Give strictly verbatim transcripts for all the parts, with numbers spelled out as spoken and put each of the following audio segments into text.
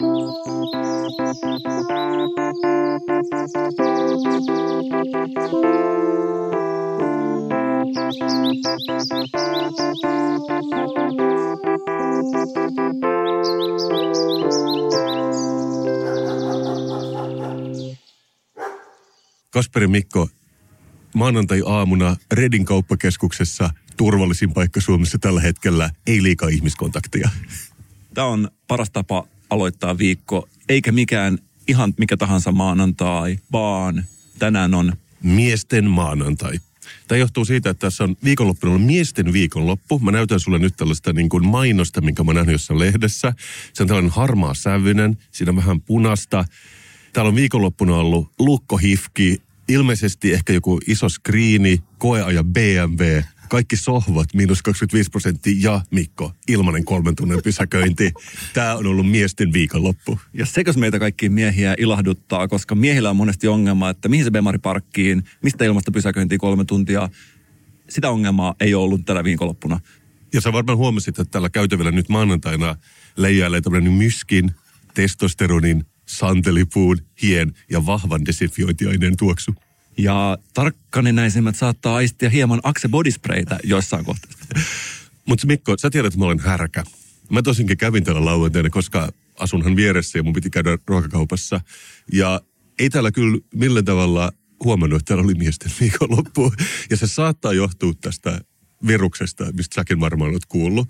Kasperi Mikko, maanantai-aamuna Redin kauppakeskuksessa turvallisin paikka Suomessa tällä hetkellä, ei liikaa ihmiskontaktia. Tämä on paras tapa aloittaa viikko, eikä mikään ihan mikä tahansa maanantai, vaan tänään on miesten maanantai. Tämä johtuu siitä, että tässä on viikonloppuna ollut miesten viikonloppu. Mä näytän sulle nyt tällaista niin kuin mainosta, minkä mä oon nähnyt jossain lehdessä. Se on tällainen harmaa sävyinen, siinä on vähän punasta. Täällä on viikonloppuna ollut lukkohifki, ilmeisesti ehkä joku iso skriini, koeaja B M W, kaikki sohvat, miinus kaksikymmentäviisi prosenttia ja Mikko, ilmanen kolmen tunnin pysäköinti. Tämä on ollut miesten viikonloppu. Ja sekös meitä kaikkia miehiä ilahduttaa, koska miehillä on monesti ongelma, että mihin se Bemari parkkiin, mistä ilmasta pysäköintiä kolme tuntia. Sitä ongelmaa ei ole ollut tällä viikonloppuna. Ja sä varmaan huomasit, että tällä käytävällä nyt maanantaina leijailee tämmöinen myskin, testosteronin, santelipuun, hien ja vahvan desinfiointiaineen tuoksu. Ja tarkkanenäisemmät saattaa aistia hieman Axe bodyspraytä joissain kohtaa. Mutta Mikko, sä tiedät, että mä olen härkä. Mä tosinkin kävin täällä lauantaina, koska asunhan vieressä ja mun piti käydä ruokakaupassa. Ja ei täällä kyllä millään tavalla huomannut, että täällä oli miesten viikonloppu. Ja se saattaa johtua tästä viruksesta, mistä säkin varmaan olet kuullut.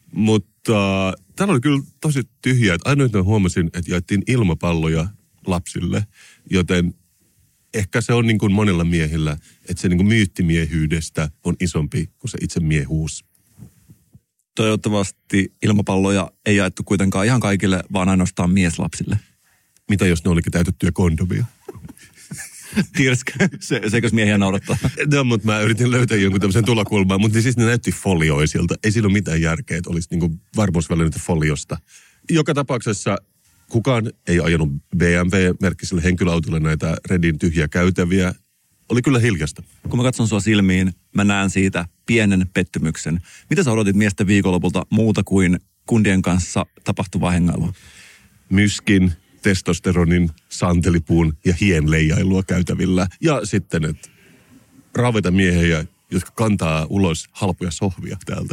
Mutta täällä oli kyllä tosi tyhjää. Ainoa, että huomasin, että jaettiin ilmapalloja lapsille, joten ehkä se on niin kuin monella miehillä, että se niin kuin myyttimiehyydestä on isompi kuin se itse miehuus. Toivottavasti ilmapalloja ei jaettu kuitenkaan ihan kaikille, vaan ainoastaan mieslapsille. Mitä jos ne olikin täytettyjä kondomia? Tiedätkö, se, sekös miehiä naurattaa? No, mutta mä yritin löytää jonkun tämmöisen tulokulman, mutta siis ne näytti folioisilta. Ei siinä ole mitään järkeä, että olisi niin kuin varmuusvälineitä foliosta. Joka tapauksessa kukaan ei ajanut B M W-merkkiselle henkilöautolle näitä Redin tyhjiä käytäviä. Oli kyllä hiljasta. Kun mä katson sua silmiin, mä näen siitä pienen pettymyksen. Mitä sä odotit miesten viikonlopulta muuta kuin kundien kanssa tapahtuvaa hengailua? Myskin, testosteronin, santelipuun ja hien leijailua käytävillä. Ja sitten, että raavita miehiä, jotka kantaa ulos halpoja sohvia täältä.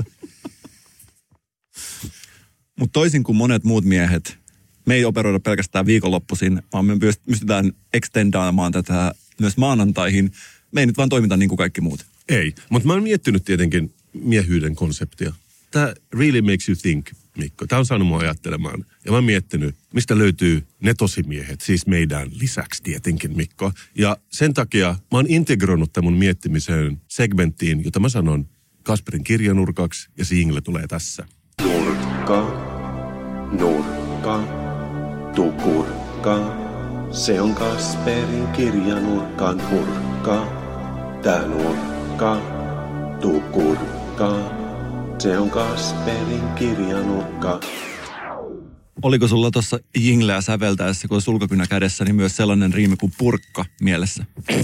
Mutta toisin kuin monet muut miehet, me ei operoida pelkästään viikonloppuisin, vaan me pystytään extendaamaan tätä myös maanantaihin. Me ei nyt vaan toimita niin kuin kaikki muut. Ei, mutta mä oon miettinyt tietenkin miehyyden konseptia. Tämä really makes you think, Mikko. Tämä on saanut mua ajattelemaan. Ja mä oon miettinyt, mistä löytyy ne tosimiehet, siis meidän lisäksi tietenkin, Mikko. Ja sen takia mä oon integroinut tämän mun miettimiseen segmenttiin, jota mä sanon Kasperin kirjanurkaksi, ja single tulee tässä. Nurkka, nurkka, tukurkka. Se on Kasperin kirjanurkan hurkka. Tää nurkka, tukurkka. Se on Kasperin kirjanurkka. Oliko sulla tuossa jingleä säveltäessä, kun olisi ulkokynä kädessä, niin myös sellainen riimi kuin purkka mielessä?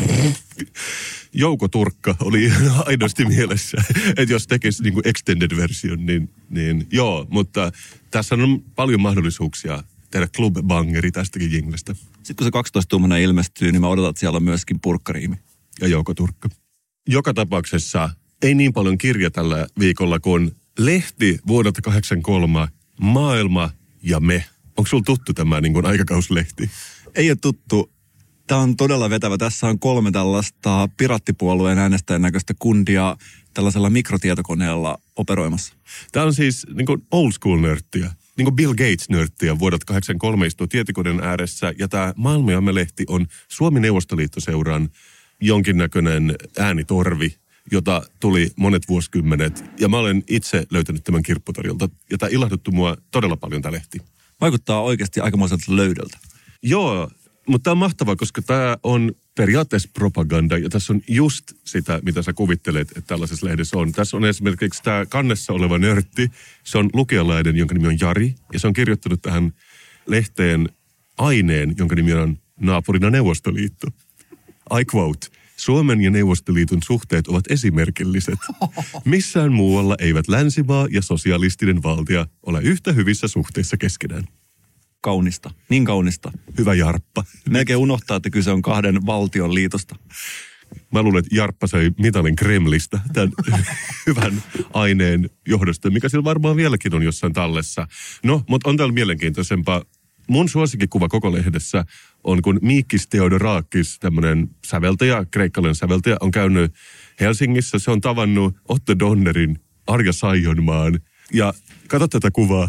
Jouko Turkka oli aidosti mielessä, että jos tekisi niin kuin extended-version, niin, niin joo. Mutta tässä on paljon mahdollisuuksia tehdä club-bangeri tästäkin jinglestä. Sitten kun se kaksitoista-tuumainen ilmestyy, niin mä odotan, että siellä on myöskin purkkariimi. Ja Jouko Turkka. Joka tapauksessa ei niin paljon kirja tällä viikolla kuin lehti vuodelta kahdeksankymmentäkolme, Maailma ja me. Onko sulla tuttu tämä niin kuin aikakauslehti? Ei ole tuttu. Tämä on todella vetävä. Tässä on kolme tällaista Piraattipuolueen äänestäjän näköistä kundia tällaisella mikrotietokoneella operoimassa. Tämä on siis niin kuin old school nörttiä. Niin kuin Bill Gates-nörttiä vuodelta kahdeksankymmentäkolme istuu tietokoneen ääressä. Ja tämä Maailma ja me-lehti on Suomi-Neuvostoliittoseuran jonkinnäköinen äänitorvi, jota tuli monet vuosikymmenet. Ja mä olen itse löytänyt tämän kirpputorilta. Ja tämä ilahduttu mua todella paljon tämä lehti. Vaikuttaa oikeasti aikamoiselta löydöltä. Joo, mutta tämä on mahtavaa, koska tämä on periaatteessa propaganda. Ja tässä on just sitä, mitä sä kuvittelet, että tällaisessa lehdessä on. Tässä on esimerkiksi tämä kannessa oleva nörtti. Se on lukijalainen, jonka nimi on Jari. Ja se on kirjoittanut tähän lehteen aineen, jonka nimi on Naapurina Neuvostoliitto. I quote. Suomen ja Neuvostoliiton suhteet ovat esimerkilliset. Missään muualla eivät länsimaa ja sosialistinen valtio ole yhtä hyvissä suhteissa keskenään. kaunista, niin kaunista. Hyvä Jarppa. Melkein unohtaa, että kyse on kahden valtion liitosta. Mä luulen, että Jarppa sai mitalin Kremlistä tämän hyvän aineen johdosta, mikä sillä varmaan vieläkin on jossain tallessa. No, mutta on täällä mielenkiintoisempaa. Mun suosikkikuva koko lehdessä on, kun Mikis Theodorakis, tämmöinen säveltäjä, kreikkalainen säveltäjä, on käynyt Helsingissä. Se on tavannut Otto Donnerin, Arja Saijonmaan. Ja katso tätä kuvaa.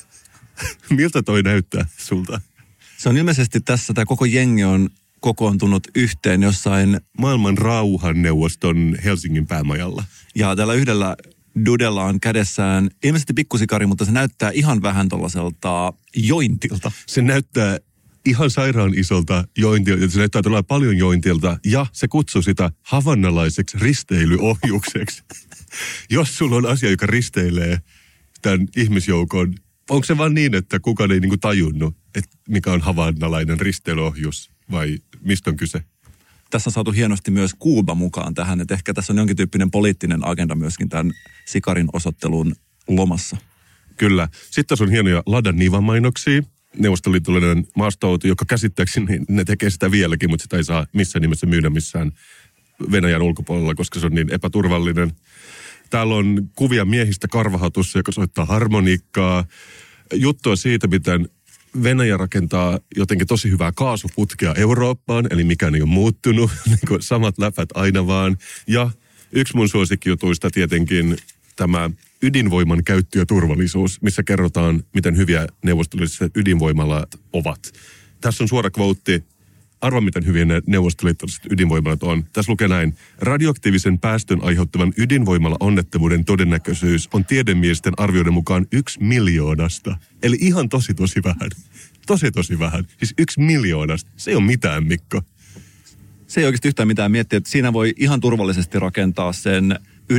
Miltä toi näyttää sulta? Se on ilmeisesti tässä, tämä koko jengi on kokoontunut yhteen jossain Maailman rauhanneuvoston Helsingin päämajalla. Ja tällä yhdellä dudella on kädessään ilmeisesti pikkusikari, mutta se näyttää ihan vähän tuollaiselta jointilta. Se näyttää ihan sairaan isolta jointilta, se näyttää todella paljon jointilta, ja se kutsuu sitä havannalaiseksi risteilyohjukseksi. Jos sulla on asia, joka risteilee tämän ihmisjoukon, onko se vaan niin, että kukaan ei niinku tajunnut, että mikä on havannalainen risteilyohjus, vai mistä on kyse? Tässä on saatu hienosti myös Kuuba mukaan tähän, että ehkä tässä on jonkin tyyppinen poliittinen agenda myöskin tämän sikarin osoittelun lomassa. Kyllä. Sitten tässä on hienoja Ladan Nivan mainoksia. Neuvostoliitollinen maastoauto, joka käsittääkseni ne tekee sitä vieläkin, mutta sitä ei saa missään nimessä myydä missään Venäjän ulkopuolella, koska se on niin epäturvallinen. Täällä on kuvia miehistä karvahatussa, joka soittaa harmoniikkaa. Juttua siitä, miten Venäjä rakentaa jotenkin tosi hyvää kaasuputkea Eurooppaan, eli mikään ei ole muuttunut, niin samat läpät aina vaan. Ja yksi mun suosikkijutuista tietenkin tämä ydinvoiman käyttö ja turvallisuus, missä kerrotaan, miten hyviä neuvostoliittoiset ydinvoimalat ovat. Tässä on suora kvootti. Arva, miten hyviä ne neuvostoliittolaiset ydinvoimalat on. Tässä lukee näin. Radioaktiivisen päästön aiheuttavan ydinvoimala-onnettomuuden todennäköisyys on tiedemiesten arvioiden mukaan yksi miljoonasta. Eli ihan tosi tosi vähän. Tosi tosi vähän. Siis yksi miljoonasta. Se ei ole mitään, Mikko. Se ei oikeasti yhtään mitään miettiä, että siinä voi ihan turvallisesti rakentaa sen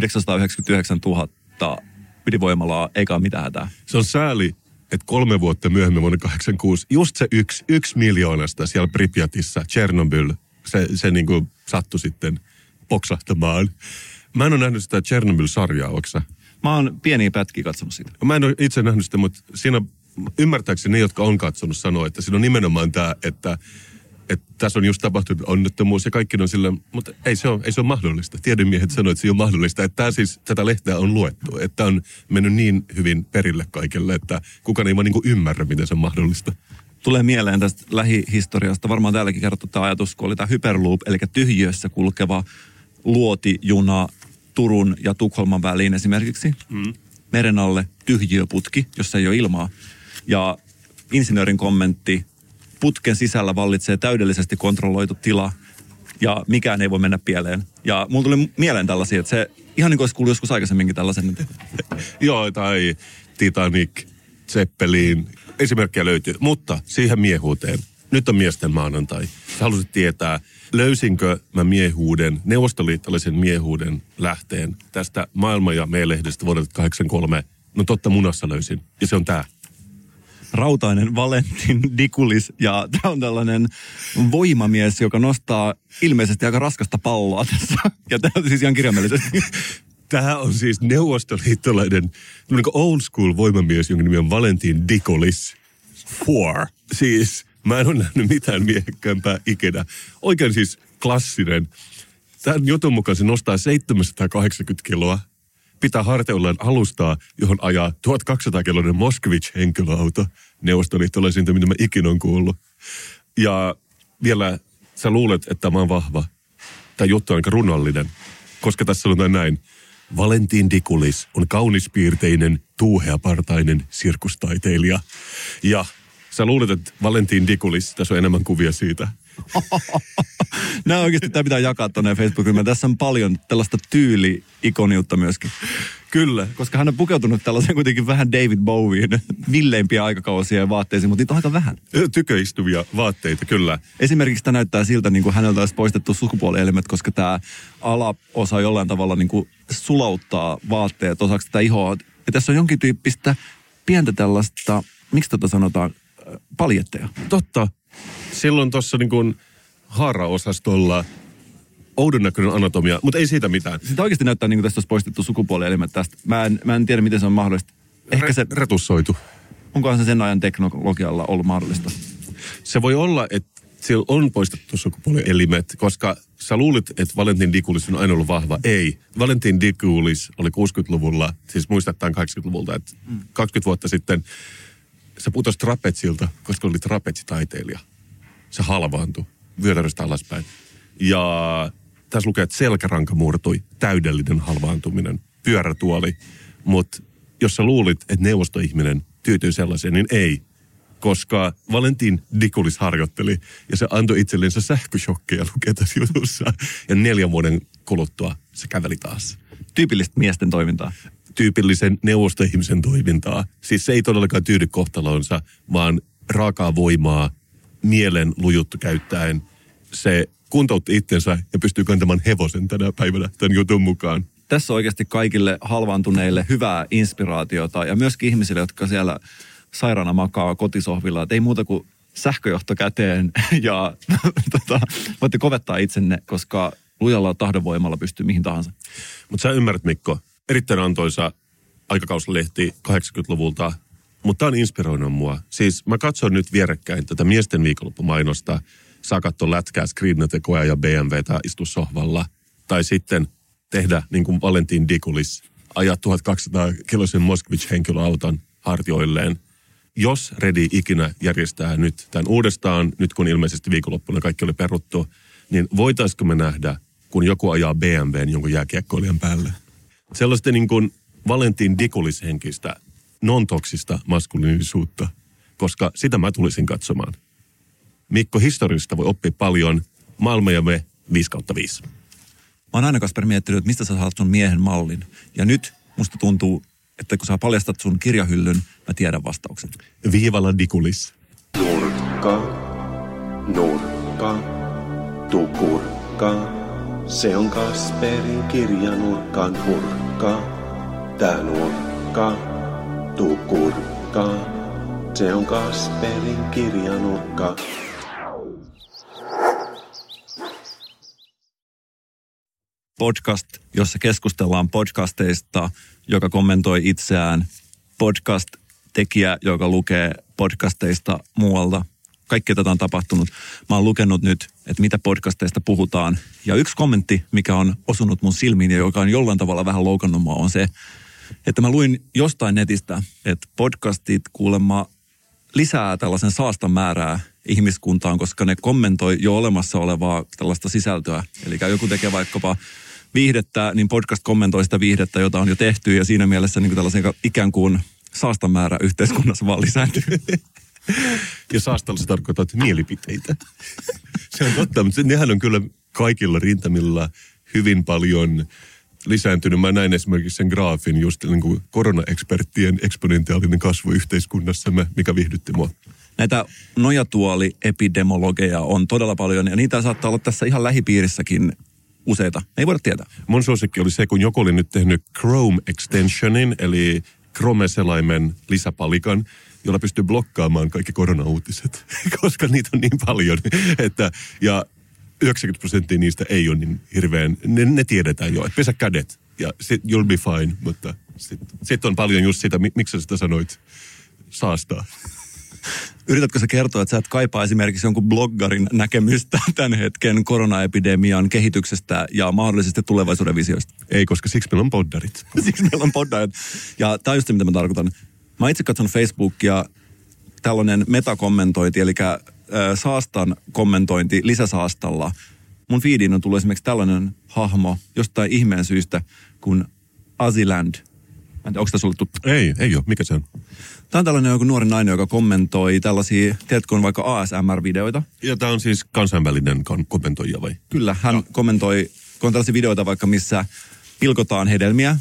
yhdeksänsataayhdeksänkymmentäyhdeksäntuhatta ydinvoimalaa, eikä ole mitään hätää. Se on sääli, että kolme vuotta myöhemmin vuonna kahdeksankymmentäkuusi, just se yksi, yksi miljoonasta siellä Pripyatissa, Chernobyl, se, se niin kuin sattui sitten poksahtamaan. Mä en ole nähnyt sitä Chernobyl-sarjaa, ootko sä? Mä oon pieniä pätkiä katsonut sitä. Mä en ole itse nähnyt sitä, mutta siinä ymmärtääkseni ne, jotka on katsonut, sanoo, että siinä on nimenomaan tämä, että että tässä on just tapahtunut onnettomuus ja kaikki on sillä, mutta ei se ole, ei se ole mahdollista. Tiedemiehet sanoo, että se ei ole mahdollista. Että tämä siis, tätä lehteä on luettu, että on mennyt niin hyvin perille kaikille, että kukaan ei vaan niin kuin ymmärrä, miten se on mahdollista. Tulee mieleen tästä lähihistoriasta. Varmaan täälläkin kerrottu tämä ajatus, kun oli tämä Hyperloop, eli tyhjiössä kulkeva luotijuna Turun ja Tukholman väliin esimerkiksi. Mm. Meren alle tyhjiöputki, jossa ei ole ilmaa. Ja insinöörin kommentti, putken sisällä vallitsee täydellisesti kontrolloitu tila ja mikään ei voi mennä pieleen. Ja mulla tuli mieleen tällaisia, että se ihan niin kuin olisi kuullut joskus aikaisemminkin tällaisen. Joo, tai Titanic, Zeppelin, esimerkkejä löytyy. Mutta siihen miehuuteen. Nyt on miesten maanantai. Sä haluaisit tietää, löysinkö mä miehuuden, neuvostoliittolaisen miehuuden lähteen tästä Maailma- ja Me-lehdestä vuodelta kahdeksankymmentäkolme. No totta munassa löysin. Ja se on tää. Rautainen Valentin Dikulis, ja tämä on tällainen voimamies, joka nostaa ilmeisesti aika raskasta palloa tässä. Ja tämä on siis ihan kirjaimellisesti. Tämä on siis neuvostoliittolainen, niin old school voimamies, jonka nimi on Valentin Dikulis. Four. Siis mä en ole nähnyt mitään miehekkäämpää ikinä. Oikein siis klassinen. Tämän jutun mukaan se nostaa seitsemänsataakahdeksankymmentä kiloa. Pitää harteillaan alustaa, johon ajaa tuhatkaksisataa-kiloinen Moskvich-henkilöauto. Neuvostoliittolaisinta, mitä mä ikinä on kuullut. Ja vielä sä luulet, että mä oon vahva. Tämä juttu on aika runollinen, koska tässä sanotaan näin. Valentin Dikulis on kaunispiirteinen, tuuheapartainen sirkustaiteilija. Ja sä luulet, että Valentin Dikulis, tässä on enemmän kuvia siitä. Nämä oikeasti tämä pitää jakaa tuonne Facebookille. Tässä on paljon tällaista tyyli-ikoniutta myöskin. Kyllä. Koska hän on pukeutunut tällaisen kuitenkin vähän David Bowien villeimpiä aikakausia ja vaatteisiin, mutta niitä on aika vähän. Tyköistuvia vaatteita, kyllä. Esimerkiksi tämä näyttää siltä, niin kuin häneltä olisi poistettu sukupuolielimet, koska tämä alaosa jollain tavalla niin kuin sulauttaa vaatteet osaksi tätä ihoa. Ja tässä on jonkin tyyppistä pientä tällaista, miksi tätä sanotaan, paljetteja. Totta. Silloin tuossa niin kuin haaraosastolla oudon näköinen anatomia, mutta ei siitä mitään. Sitä oikeasti näyttää niin kuin tästä olisi poistettu sukupuolielimet tästä. Mä en, mä en tiedä, miten se on mahdollista. Ehkä Re- se retussoitu. Onkohan se sen ajan teknologialla ollut mahdollista? Se voi olla, että siellä on poistettu sukupuolielimet, koska sä luulit, että Valentin Dikulis on aina ollut vahva. Ei. Valentin Dikulis oli kuusikymmentäluvulla, siis muistetaan kahdeksankymmentäluvulta, että mm. kaksikymmentä vuotta sitten se putosi trapetsilta, koska oli trapetsitaiteilija. Se halvaantui vyötäröstä alaspäin. Ja tässä lukee, että selkäranka murtui, täydellinen halvaantuminen, pyörätuoli. Mutta jos sä luulit, että neuvostoihminen tyytyy sellaiseen, niin ei. Koska Valentin Dikulis harjoitteli ja se antoi itsellensä sähköshokkeja lukee tässä jutussa. Ja neljän vuoden kuluttua se käveli taas. Tyypillistä miesten toimintaa. Tyypillisen neuvostoihmisen toimintaa. Siis se ei todellakaan tyydy kohtalonsa, vaan raakaa voimaa mielen lujuttu käyttäen. Se kuntoutti itsensä ja pystyy kantamaan hevosen tänä päivänä tämän jutun mukaan. Tässä on oikeasti kaikille halvaantuneille hyvää inspiraatiota ja myöskin ihmisille, jotka siellä sairaana makaa kotisohvilla. Että ei muuta kuin sähköjohto käteen ja tota, voitte kovettaa itsenne, koska lujalla tahdonvoimalla pystyy mihin tahansa. Mutta sä ymmärrät, Mikko, erittäin antoisa aikakauslehti kahdeksankymmentäluvulta, mutta tämä on inspiroinut mua. Siis mä katson nyt vierekkäin tätä miesten viikonloppumainosta. Saa katsoa lätkää, screenatekoja ja B M Wtä, istua sohvalla. Tai sitten tehdä niin kuin Valentin Dikulis, ajaa tuhatkaksisataa kiloisen Moskvich-henkilöauton hartioilleen. Jos Redi ikinä järjestää nyt tämän uudestaan, nyt kun ilmeisesti viikonloppuna kaikki oli peruttu, niin voitaisiko me nähdä, kun joku ajaa B M W:n jonkun jääkiekkoilijan päälle? Sellaista niin kuin Valentin Dikulis-henkistä, non-toksista maskuliinisuutta, koska sitä mä tulisin katsomaan. Mikko, historiasta voi oppia paljon. Maailma ja me viisi kautta viisi. Mä oon aina, Kasper, miettinyt, että mistä sä saat sun miehen mallin. Ja nyt musta tuntuu, että kun sä paljastat sun kirjahyllyn, mä tiedän vastauksen. Viivalla Dikulis. Nurkka, nurkka, tukurkka. Se on Kasperin kirjanurkkan hurkka. Tää nurkka, tukurkka. Se on Kasperin kirjanurkka. Podcast, jossa keskustellaan podcasteista, joka kommentoi itseään. Podcast-tekijä, joka lukee podcasteista muualta. Kaikkea tätä on tapahtunut. Mä oon lukenut nyt, että mitä podcasteista puhutaan. Ja yksi kommentti, mikä on osunut mun silmiin ja joka on jollain tavalla vähän loukannut mua, on se, että mä luin jostain netistä, että podcastit kuulemma lisää tällaisen saastan määrää ihmiskuntaan, koska ne kommentoi jo olemassa olevaa tällaista sisältöä. Eli joku tekee vaikkapa viihdettä, niin podcast kommentoi sitä viihdettä, jota on jo tehty, ja siinä mielessä niin kuin tällaisen ikään kuin saastan määrä yhteiskunnassa vaan lisääntyy. Ja saastalla se tarkoittaa mielipiteitä. Se on totta, mutta nehän on kyllä kaikilla rintamilla hyvin paljon lisääntynyt. Mä näin esimerkiksi sen graafin, just niin kuin koronaeksperttien eksponentiaalinen kasvu yhteiskunnassamme, mikä viihdytti mua. Näitä nojatuoli-epidemologeja on todella paljon, ja niitä saattaa olla tässä ihan lähipiirissäkin useita. Ei voida tietää. Mun suosikki oli se, kun joku oli nyt tehnyt Chrome Extensionin, eli Chrome-selaimen lisäpalikan, jolla pystyy blokkaamaan kaikki koronauutiset, koska niitä on niin paljon, että ja yhdeksänkymmentä prosenttia niistä ei ole niin hirveän, ne, ne tiedetään jo, että pesä kädet ja sit you'll be fine, mutta sitten sit on paljon just sitä, miksi sä sitä sanoit, saastaa. Yritätkö sä kertoa, että sä et kaipaa esimerkiksi jonkun bloggarin näkemystä tämän hetken koronaepidemian kehityksestä ja mahdollisesti tulevaisuuden visioista? Ei, koska siksi meillä on poddarit. Siksi meillä on poddarit. Ja tämä on just se, mitä mä tarkoitan. Mä itse katson Facebookia, tällainen metakommentointi, eli äh, saastan kommentointi lisäsaastalla. Mun feediin on tullut esimerkiksi tällainen hahmo jostain ihmeen syystä kuin Aziland. Mä en tiedä, onko tämä sulle tuttu? Ei, ei ole. Mikä se on? Tämä on tällainen joku nuori nainen, joka kommentoi tällaisia, tiedätkö, on vaikka A S M R-videoita. Ja tämä on siis kansainvälinen kommentoija vai? Kyllä, hän no. kommentoi, kun on tällaisia videoita vaikka, missä pilkotaan hedelmiä.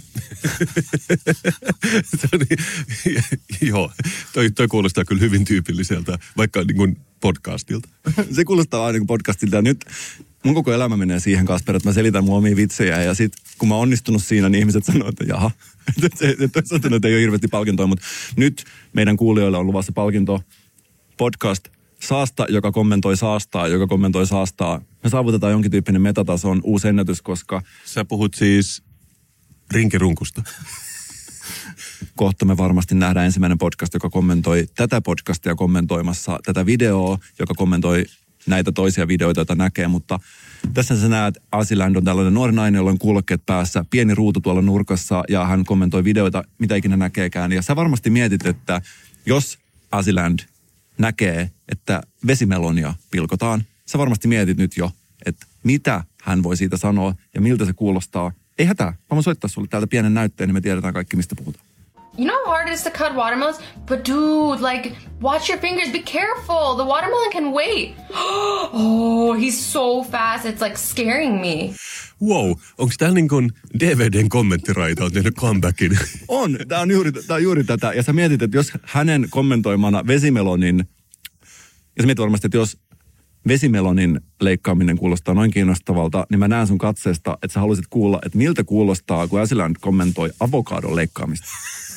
Joo, toi, toi kuulostaa kyllä hyvin tyypilliseltä, vaikka niin kuin podcastilta. Se kuulostaa aina niin kuin podcastilta. Ja nyt mun koko elämä menee siihen, Kasper, että mä selitän mun omia vitsejä. Ja sit kun mä oon onnistunut siinä, niin ihmiset sanoo, että jaha. Että ei ole hirveästi palkintoa, mutta nyt meidän kuulijoilla on luvassa palkinto podcast Saasta, joka kommentoi saastaa, joka kommentoi saastaa. Me saavutetaan jonkin tyyppinen metatason uusi ennätys, koska... Sä puhut siis rinkirunkusta. Kohta me varmasti nähdään ensimmäinen podcast, joka kommentoi tätä podcastia kommentoimassa tätä videoa, joka kommentoi näitä toisia videoita, joita näkee, mutta tässä sä näet, Asiland on tällainen nuori nainen, jolla on kuulokkeet päässä, pieni ruutu tuolla nurkassa ja hän kommentoi videoita, mitä ikinä näkeekään. Ja sä varmasti mietit, että jos Asiland näkee, että vesimelonia pilkotaan, sä varmasti mietit nyt jo, että mitä hän voi siitä sanoa ja miltä se kuulostaa. Ei hätää, mä voin soittaa sulle täältä pienen näytteen, niin me tiedetään kaikki, mistä puhutaan. You know how hard it is to cut watermelons? But dude, like, watch your fingers, be careful. The watermelon can wait. Oh, he's so fast, it's like scaring me. Wow, onko täällä niin kuin D V D:n kommenttiraita on tehnyt comebackin? On, tää on, juuri, tää on juuri tätä. Ja sä mietit, että jos hänen kommentoimana vesimelonin, ja sä mietit varmasti, että jos vesimelonin leikkaaminen kuulostaa noin kiinnostavalta, niin mä näen sun katseesta, että sä haluaisit kuulla, että miltä kuulostaa, kun Asiland kommentoi avokadon leikkaamista.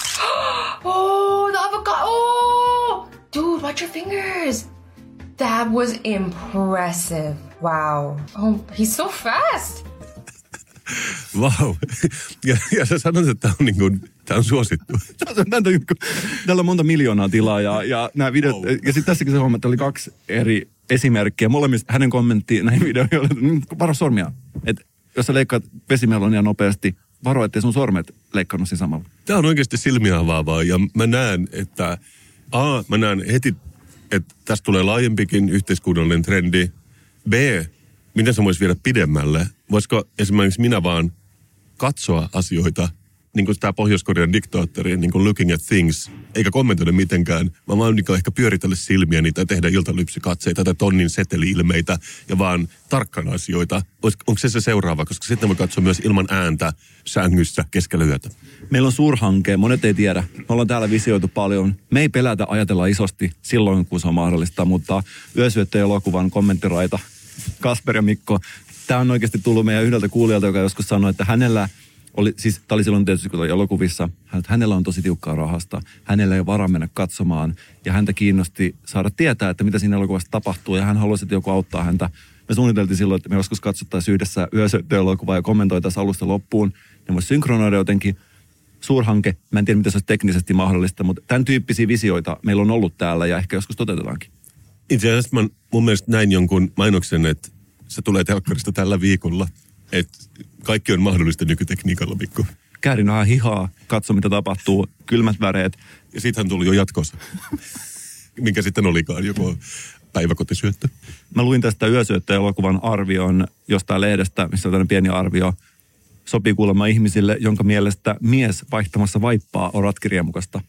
Oh, the avocado. Oh, dude, watch your fingers. That was impressive. Wow. Oh, he's so fast. Wow. Ja, ja sä sanot, että tämä on, niin kuin, tämä on suosittu. Täällä on monta miljoonaa tilaa ja, ja nämä videot, wow. Ja sitten tässäkin se homma, että oli kaksi eri esimerkkiä. Molemmista hänen kommentti näihin videoihin oli, että varo sormia. Että jos sä leikkaat vesimelonia nopeasti, varo, ettei sun sormet leikkaannut siinä samalla. Tämä on oikeasti silmiä avaavaa ja mä näen, että A, mä näen heti, että tästä tulee laajempikin yhteiskunnallinen trendi. B, miten se voisi viedä pidemmälle? Voisiko esimerkiksi minä vaan katsoa asioita, niin kuin tämä Pohjois-Korean diktaattori, niin kuin looking at things, eikä kommentoida mitenkään, vaan vaan niin ehkä pyöritellä silmiäni tai tehdä iltalypsykatseita tai tonnin seteli-ilmeitä ja vaan tarkkana asioita. Onko se se seuraava? Koska sitten voi katsoa myös ilman ääntä sängyssä keskellä yötä. Meillä on suurhanke, monet ei tiedä. Me ollaan täällä visioitu paljon. Me ei pelätä ajatella isosti silloin, kun se on mahdollista, mutta Yösyöttö-elokuvan kommenttiraita, Kasper ja Mikko, tämä on oikeasti tullut meidän yhdeltä kuulijalta, joka joskus sanoi, että hänellä oli, siis tämä oli silloin tietysti, kun oli elokuvissa, että hänellä on tosi tiukkaa rahasta, hänellä ei ole varaa mennä katsomaan, ja häntä kiinnosti saada tietää, että mitä siinä elokuvassa tapahtuu, ja hän haluaisi, että joku auttaa häntä. Me suunniteltiin silloin, että me joskus katsottaisiin yhdessä Yösyöttö-elokuvaa ja kommentoitaisiin alusta loppuun. Ne voisi synkronoida jotenkin. Suurhanke, mä en tiedä, mitä se olisi teknisesti mahdollista, mutta tämän tyyppisiä visioita meillä on ollut täällä, ja ehkä joskus toteutetaankin. Itse asiassa mä mun mielestä näin jonkun mainoksen, että se tulee telkkarista tällä viikolla. Että kaikki on mahdollista nykytekniikalla, Mikko. Käärin vähän hihaa, katso mitä tapahtuu, kylmät väreet. Ja siitähän tuli jo jatkossa. Minkä sitten olikaan, joku päiväkotisyöttö. Mä luin tästä Yösyöttö-elokuvan arvion jostain lehdestä, missä on tämmöinen pieni arvio. Sopii kuulemma ihmisille, jonka mielestä mies vaihtamassa vaippaa on ratkiriemukasta.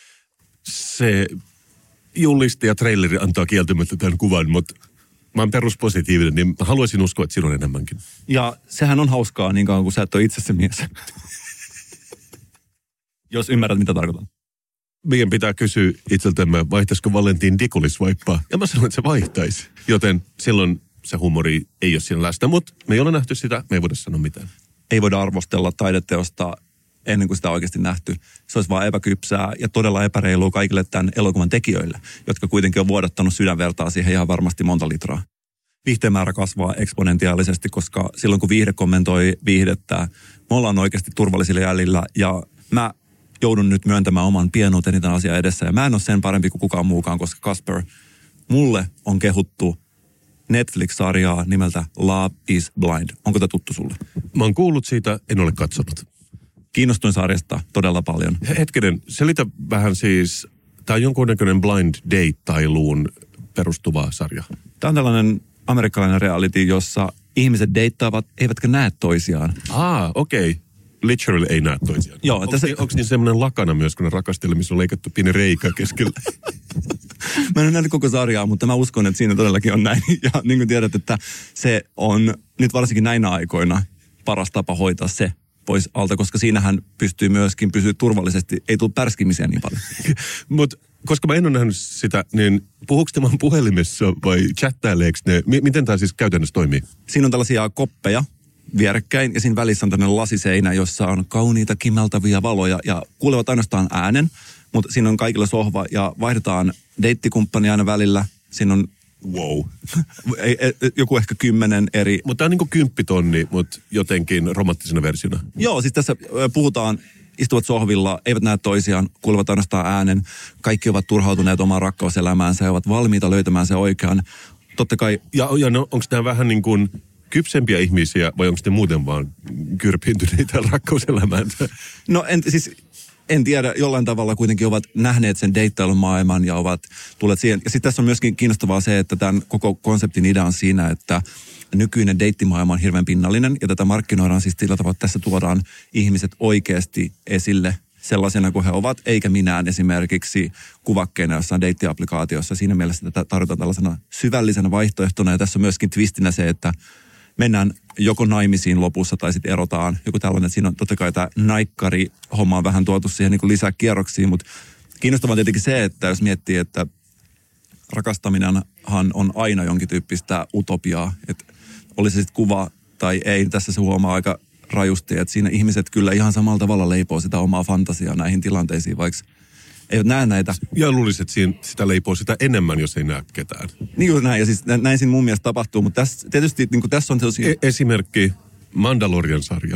Se julisti ja traileri antaa kieltämättä tämän kuvan, mutta mä oon peruspositiivinen, niin mä haluaisin uskoa, että siinä on enemmänkin. Ja sehän on hauskaa niin kauan, kun sä et ole itse se mies. Jos ymmärrät, mitä tarkoitan. Meidän pitää kysyä itseltämme, vaihtaisiko Valentin Dikulis vaippaa. Ja mä sanon, että se vaihtaisi. Joten silloin se humori ei ole siinä läsnä, mutta me ei ole nähty sitä, me ei voida sanoa mitään. Ei voida arvostella taideteosta ennen kuin sitä on oikeasti nähty. Se olisi vaan epäkypsää ja todella epäreilua kaikille tämän elokuvan tekijöille, jotka kuitenkin on vuodattanut sydänvertaa siihen ihan varmasti monta litraa. Viihteen määrä kasvaa eksponentiaalisesti, koska silloin kun viihde kommentoi viihdettä, me ollaan oikeasti turvallisilla jäljillä ja mä joudun nyt myöntämään oman pienuuteni tämän asian edessä ja mä en ole sen parempi kuin kukaan muukaan, koska Kasper, mulle on kehuttu Netflix-sarjaa nimeltä Love is Blind. Onko tämä tuttu sulle? Mä oon kuullut siitä, en ole katsonut. Kiinnostuin sarjasta todella paljon. Hetkinen, selitä vähän siis, tämä on jonkunnäköinen blind date-tailuun perustuva sarja. Tämä on tällainen amerikkalainen reality, jossa ihmiset deittaavat, eivätkä näe toisiaan. Ah, okei. Okay. Literally ei näe toisiaan. Joo. Onko tässä... niin, niin semmoinen lakana myös, kun ne rakastelee, missä on leikattu pieni reikä keskellä? Mä en ole nähnyt koko sarjaa, mutta mä uskon, että siinä todellakin on näin. Ja niin kuin tiedät, että se on nyt varsinkin näinä aikoina paras tapa hoitaa se pois alta, koska siinähän pystyy myöskin pysyä turvallisesti. Ei tule pärskimisiä niin paljon. Mutta koska mä en ole nähnyt sitä, niin puhuuko tämä puhelimessa vai chattaileeko ne? M- miten tämä siis käytännössä toimii? Siinä on tällaisia koppeja vierekkäin ja siinä välissä on tämmöinen lasiseinä, jossa on kauniita kimeltäviä valoja ja kuulevat ainoastaan äänen, mutta siinä on kaikilla sohva ja vaihdetaan deittikumppani aina välillä. Siinä on wow. joku ehkä kymmenen eri... Mutta tämä on niin kuin kymppitonni, mutta jotenkin romanttisena versiona. Joo, siis tässä puhutaan istuvat sohvilla, eivät näe toisiaan, kuulevat ainoastaan äänen. Kaikki ovat turhautuneet omaan rakkauselämäänsä ja ovat valmiita löytämään se oikean. Totta kai... Ja, ja no, onko nämä vähän niin kuin kypsempiä ihmisiä vai onko ne muuten vaan kyrpiintyneitä rakkauselämäänsä? No en, siis, en tiedä, jollain tavalla kuitenkin ovat nähneet sen deittailun maailman ja ovat tulleet siihen. Ja sitten tässä on myöskin kiinnostavaa se, että tämän koko konseptin idea on siinä, että nykyinen deittimaailma on hirveän pinnallinen ja tätä markkinoidaan siis sillä tavalla, että tässä tuodaan ihmiset oikeasti esille sellaisena kuin he ovat, eikä minään esimerkiksi kuvakkeena jossain deittiaplikaatiossa. Siinä mielessä tätä tarjotaan tällaisena syvällisenä vaihtoehtona ja tässä on myöskin twistinä se, että mennään joko naimisiin lopussa tai sitten erotaan. Joku tällainen, että siinä on totta kai tämä naikkari-homma on vähän tuotu siihen niin kuin lisää kierroksiin, mutta kiinnostavaa on tietenkin se, että jos miettii, että rakastaminenhan on aina jonkin tyyppistä utopiaa, että olisi se sitten kuva tai ei, tässä se huomaa aika rajusti, että siinä ihmiset kyllä ihan samalla tavalla leipoo sitä omaa fantasiaa näihin tilanteisiin, vaikka eivät näe näitä. Ja luulisin, että siinä sitä leipoo sitä enemmän, jos ei näe ketään. Niin juuri näin, ja siis näin siinä mun mielestä tapahtuu, mutta tässä, tietysti niin kuin tässä on sellaisia... E- esimerkki Mandalorian-sarja.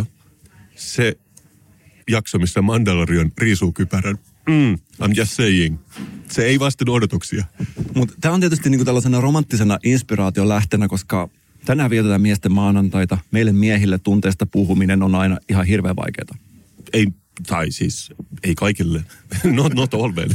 Se jakso, missä Mandalorian riisuu kypärän. Mm, I'm just saying. Se ei vastannut odotuksia. Mutta tämä on tietysti niin kuin tällaisena romanttisena inspiraation lähtenä, koska tänään vietetään miesten maanantaita. Meille miehille tunteesta puhuminen on aina ihan hirveän vaikeaa. Ei, tai siis, ei kaikille. Not, not all men.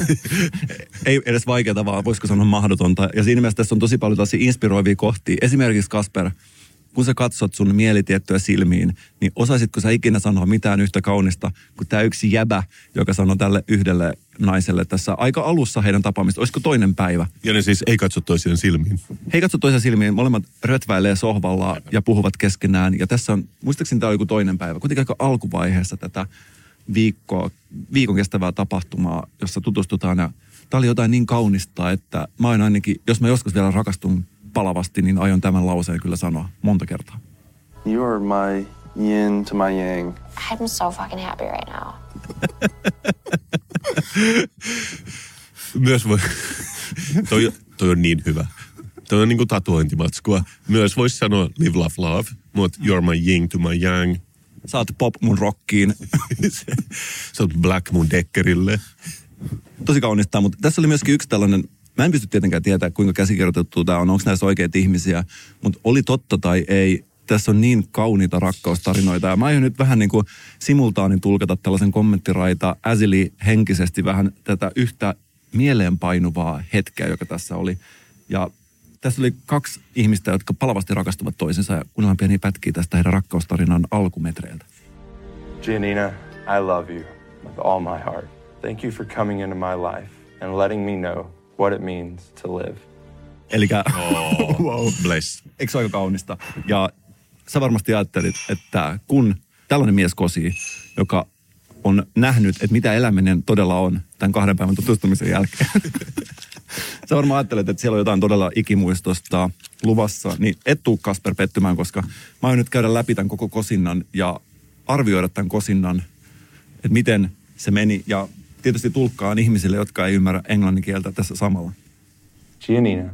Ei edes vaikeaa, vaan voisiko sanoa mahdotonta. Ja siinä mielessä tässä on tosi paljon tällaisia inspiroivia kohtia. Esimerkiksi Kasper, kun sä katsot sun mielitiettyä silmiin, niin osaisitko sä ikinä sanoa mitään yhtä kaunista kuin tämä yksi jäbä, joka sanoi tälle yhdelle naiselle tässä aika alussa heidän tapaamista. Olisiko toinen päivä? Ja ne siis ei katso toisiaan silmiin. He ei katso toisiaan silmiin. Molemmat rötväilee sohvalla ja puhuvat keskenään. Ja tässä on, muistaakseni tämä oli joku toinen päivä, kuitenkin aika alkuvaiheessa tätä viikkoa, viikon kestävää tapahtumaa, jossa tutustutaan. Ja tämä oli jotain niin kaunista, että mä oon ainakin, jos mä joskus vielä rakastun palavasti, niin aion tämän lauseen kyllä sanoa monta kertaa. You are my yin to my yang. I'm so fucking happy right now. Myös voi... toi, toi on niin hyvä. Toi on niinku tatuointimatskua. Myös voisi sanoa live, love, love, mutta you're my yin to my yang. Sä oot pop mun rockiin. Sä oot black mun dekkerille. Tosi kaunista, mutta tässä oli myöskin yksi tällainen, mä en pysty tietenkään tietämään, kuinka käsikirjoitettu tämä on, onko näissä oikeita ihmisiä, mutta oli totta tai ei, tässä on niin kauniita rakkaustarinoita. Ja mä aion nyt vähän niin kuin simultaanin tulkata tällaisen kommenttiraita Äsili henkisesti vähän tätä yhtä mieleenpainuvaa hetkeä, joka tässä oli. Ja tässä oli kaksi ihmistä, jotka palavasti rakastuvat toisensa ja kuunnellaan pieniä pätkiä tästä heidän rakkaustarinan alkumetreiltä. Giannina, I love you with all my heart. Thank you for coming into my life and letting me know what it means to live. Elikkä, Oh, wow. Bless. Eikö se aika kaunista? Ja sä varmasti ajattelit, että kun tällainen mies kosii, joka on nähnyt, että mitä eläminen todella on tämän kahden päivän tutustumisen jälkeen. Sä varmaan ajattelet, että siellä on jotain todella ikimuistosta luvassa, niin et tuu Kasper pettymään, koska mä aion nyt käydä läpi tämän koko kosinnan ja arvioida tämän kosinnan, että miten se meni. Ja tietysti tulkkaan ihmisille, jotka ei ymmärrä englannin kieltä tässä samalla. Giannina,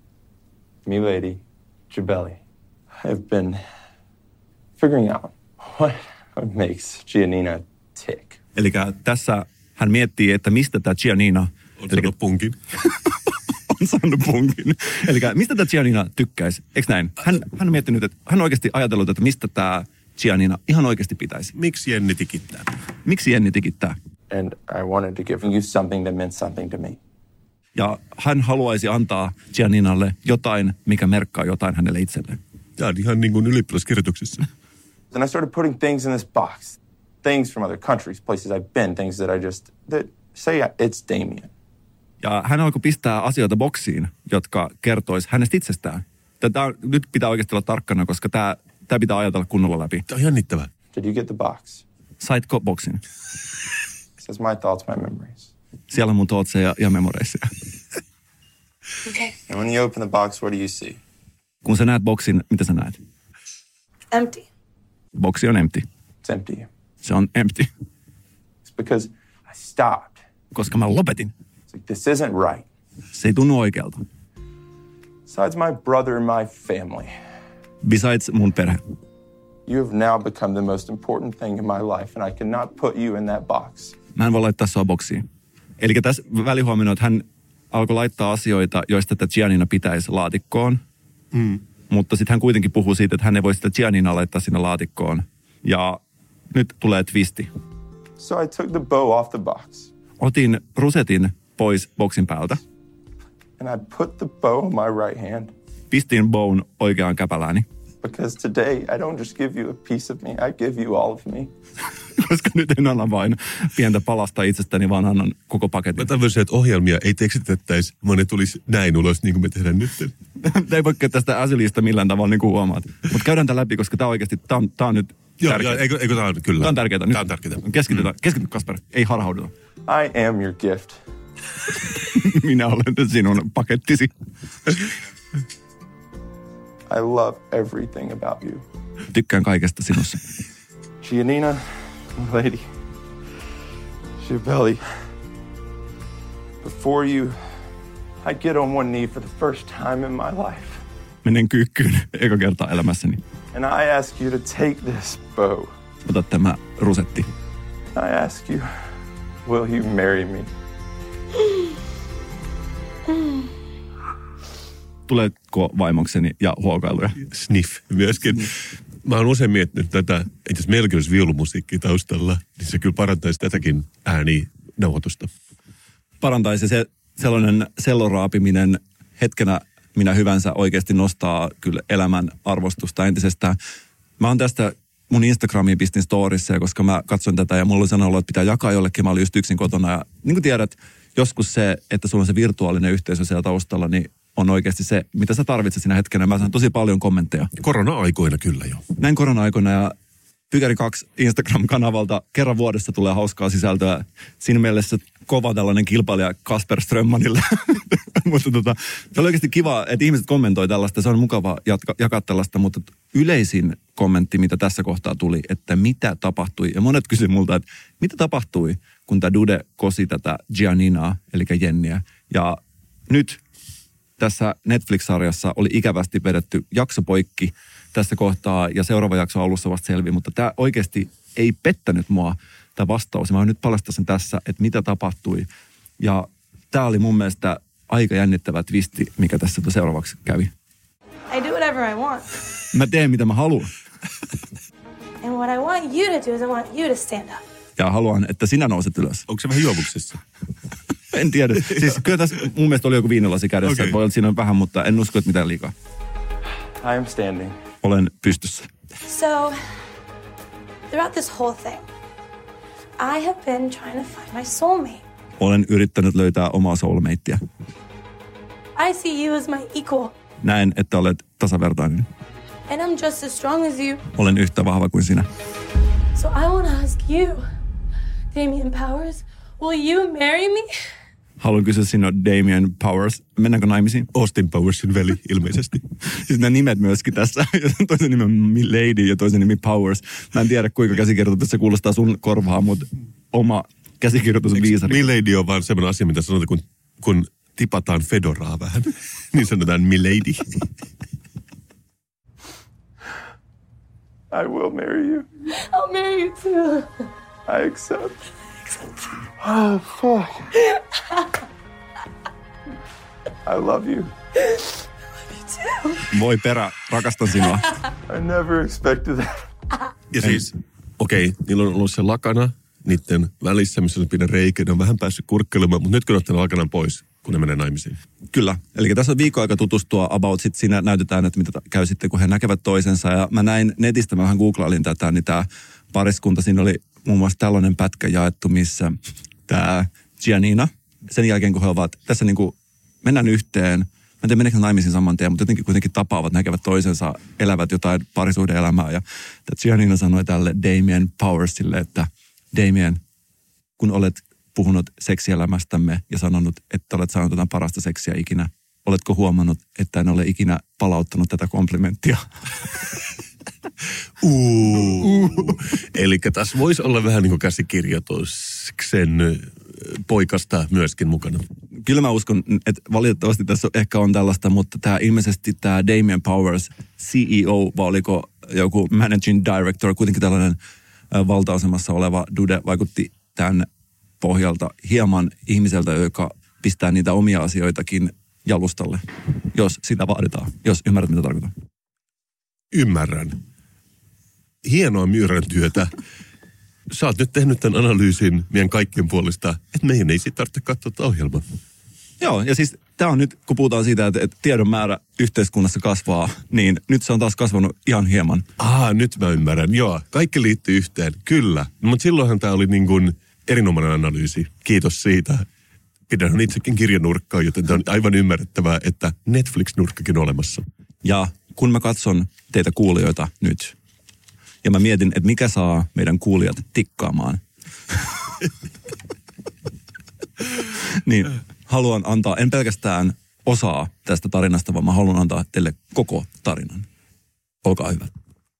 milady, Jabelli, I've been figuring out what, what makes Giannina tick. Eli tässä hän miettii, että mistä tämä Giannina... Oot sanonut punkin. on saanut punkin. Eli mistä tämä Giannina tykkäisi? Eikö näin? Hän, hän on miettinyt, että hän on oikeasti ajatellut, että mistä tämä Giannina ihan oikeasti pitäisi. Miksi Jenni tikittää? Miksi Jenni tikittää? And I wanted to give you something that meant something to me. Ja hän haluaisi antaa Gianninalle jotain, mikä merkkaa jotain hänelle itselleen. Tämä on ihan niin kuin ylioppilaskirjoituksissa. Then I started putting things in this box. Things from other countries, places I've been, things that I just, that say it's Damien. Ja hän alkoi pistää asioita boksiin, jotka kertois hänestä itsestään. Tätä on, nyt pitää oikeasti olla tarkkana, koska tämä, tämä pitää ajatella kunnolla läpi. Tämä on jännittävää. Did you get the box? Saitko boksin? It says my thoughts, my memories. Siellä on mun thoughtseja ja memoreisseja. Okay. And when you open the box, what do you see? Kun sä näet boksin, mitä sä näet? Empty. Boksi on empty. It's empty. Se on empty. It's because I stopped. Koska mä lopetin. It's like, this isn't right. Se ei tunnu oikealta. Besides my brother and my family, Besides mun perhe. You have now become the most important thing in my life, and I cannot put you in that box. Mä en voi laittaa sua boksiin. Eli tässä välihuomioon, että hän alkoi laittaa asioita, joista tätä Giannina pitäisi laatikkoon. Mm. Mutta sitten hän kuitenkin puhuu siitä, että hän ei voi sitä Gianninaa laittaa sinne laatikkoon. Ja nyt tulee twisti. So I took the bow off the box. Otin rusetin pois boksin päältä. And I put the bow on my right hand. Pistin bown oikeaan käpälääni. Because today I don't just give you a piece of me, I give you all of me. Koska nyt en anna vain pientä palasta itsestäni, vaan annan koko paketin. Mä tämmöisiä, että ohjelmia ei tekstitettäisi, vaan ne tulisi näin ulos, niin kuin me tehdään nyt. Ei voi tästä Asylista millään tavalla, niin kuin huomaat. Mutta käydään tämän läpi, koska tämä oikeasti, tämä on, tämä on nyt tärkeää. Joo, eikö, eikö tämä on, kyllä. Tämä on tärkeää. Nyt tämä on tärkeää. Keskitytään, mm. keskity Kasper, ei harhauduta. I am your gift. Minä olen sinun pakettisi. I love everything about you. Tykkään kaikesta sinussa. Giannina, lady, Shibeli, before you, I get on one knee for the first time in my life. Menen kyykkyyn eka kertaa elämässäni. And I ask you to take this bow. Ota tämä rusetti. I ask you, will you marry me? Tuletko vaimokseni ja huokailuja? Sniff myöskin. Mä oon usein miettinyt tätä, että jos meilläkin olisi viulumusiikki taustalla, niin se kyllä parantaisi tätäkin ääninauhoitusta. Parantaisi se sellainen selloraapiminen hetkenä minä hyvänsä oikeasti nostaa kyllä elämän arvostusta entisestään. Mä oon tästä mun Instagramiin pistin storissa, koska mä katsoin tätä ja mulla oli sanonut, että pitää jakaa jollekin. Mä olin just yksin kotona ja niin kuin tiedät, joskus se, että sulla on se virtuaalinen yhteisö siellä taustalla, niin on oikeasti se, mitä sä tarvitset siinä hetkenä. Mä saan tosi paljon kommentteja. Korona-aikoina kyllä jo. Näin korona-aikoina ja Pykäri kaksi Instagram-kanavalta kerran vuodessa tulee hauskaa sisältöä. Siinä mielessä kova tällainen kilpailija Kasper Strömmanille. Mutta tota, se oli oikeasti kiva, että ihmiset kommentoi tällaista. Se on mukava jatka, jakaa tällaista, mutta yleisin kommentti, mitä tässä kohtaa tuli, että mitä tapahtui. Ja monet kysyivät multa, että mitä tapahtui, kun tämä Dude kosi tätä Gianninaa, eli Jenniä. Ja nyt tässä Netflix-sarjassa oli ikävästi vedetty jakso poikki tässä kohtaa ja seuraava jakso alussa vasta selviää, mutta tämä oikeasti ei pettänyt mua, tämä vastaus. Mä nyt paljastan sen tässä, että mitä tapahtui. Ja tämä oli mun mielestä aika jännittävä twisti, mikä tässä seuraavaksi kävi. I do whatever I want. Mä teen mitä mä haluan. And what I want you to do is I want you to stand up. Ja haluan, että sinä nouset ylös. Onko se vähän juovuksessa? En tiedä. Siis kyllä tässä mun mielestä oli joku viinilasi kädessä. Okay. Voi olla, siinä on vähän, mutta en usko, että mitään liikaa. I am standing. Olen pystyssä. So, throughout this whole thing, I have been trying to find my soulmate. Olen yrittänyt löytää omaa soulmatea. I see you as my equal. Näen, että olet tasavertainen. And I'm just as strong as you. Olen yhtä vahva kuin sinä. So I want to ask you, Damien Powers, will you marry me? Haluan kysyä sinua Damien Powers. Mennäänkö naimisiin? Austin Powersin veli ilmeisesti. Siis nämä nimet myöskin tässä. Toisen nimi on Milady ja toisen nimi Powers. Mä en tiedä kuinka käsikirjoitus se kuulostaa sun korvaan, mutta oma käsikirjoitus on viisari. Milady on vaan semmoinen asia, mitä sanotaan, kun, kun tipataan fedoraa vähän. Niin sanotaan Milady. I will marry you. I'll marry you too. I accept. Oh, fuck. I love you. Voi perä, rakastan sinua. I never expected that. Ja siis, okei, okay, niillä on ollut se lakana niiden välissä, missä on pienen reikä. Ne on vähän päässyt kurkkelemaan, mutta nyt kun ottanut lakanan pois, kun ne menee naimisiin. Kyllä. Eli tässä on viikon aika tutustua about. Sitten siinä näytetään, että mitä käy sitten, kun he näkevät toisensa. Ja mä näin netistä, mä vähän googlailin tätä, niin tämä pariskunta, siinä oli muun muassa tällainen pätkä jaettu, missä tämä Giannina, sen jälkeen kun he ovat, tässä niin kuin mennään yhteen, mä en tiedä meneekö naimisiin saman tien, mutta jotenkin kuitenkin tapaavat, näkevät toisensa, elävät jotain parisuhde-elämää. Ja Giannina sanoi tälle Damien Powersille, että Damien, kun olet puhunut seksielämästämme ja sanonut, että olet saanut jotain parasta seksiä ikinä, oletko huomannut, että en ole ikinä palauttanut tätä komplimenttia? Uh. Eli tässä voisi olla vähän niin kuin käsikirjoituksen poikasta myöskin mukana. Kyllä mä uskon, että valitettavasti tässä ehkä on tällaista, mutta tämä ilmeisesti tämä Damien Powers, C E O, vai oliko joku managing director, kuitenkin tällainen valta-asemassa oleva dude vaikutti tämän pohjalta hieman ihmiseltä, joka pistää niitä omia asioitakin jalustalle, jos sitä vaaditaan, jos ymmärrät, mitä tarkoitan. Ymmärrän. Hienoa myyrän työtä. Sä oot nyt tehnyt tämän analyysin meidän kaikkien puolesta, että meidän ei sitten tarvitse katsoa tätä ohjelmaa. Joo, ja siis tämä on nyt, kun puhutaan siitä, että, että tiedon määrä yhteiskunnassa kasvaa, niin nyt se on taas kasvanut ihan hieman. Ah, nyt mä ymmärrän. Joo, kaikki liittyy yhteen. Kyllä. No, mutta silloinhan tämä oli niin kuin erinomainen analyysi. Kiitos siitä. Pidän itsekin kirjanurkkaa, joten tämä on aivan ymmärrettävää, että Netflix-nurkkakin on olemassa. Ja kun mä katson teitä kuulijoita nyt, ja mä mietin, että mikä saa meidän kuulijat tikkaamaan, niin haluan antaa, en pelkästään osaa tästä tarinasta, vaan mä haluan antaa teille koko tarinan. Olkaa hyvä.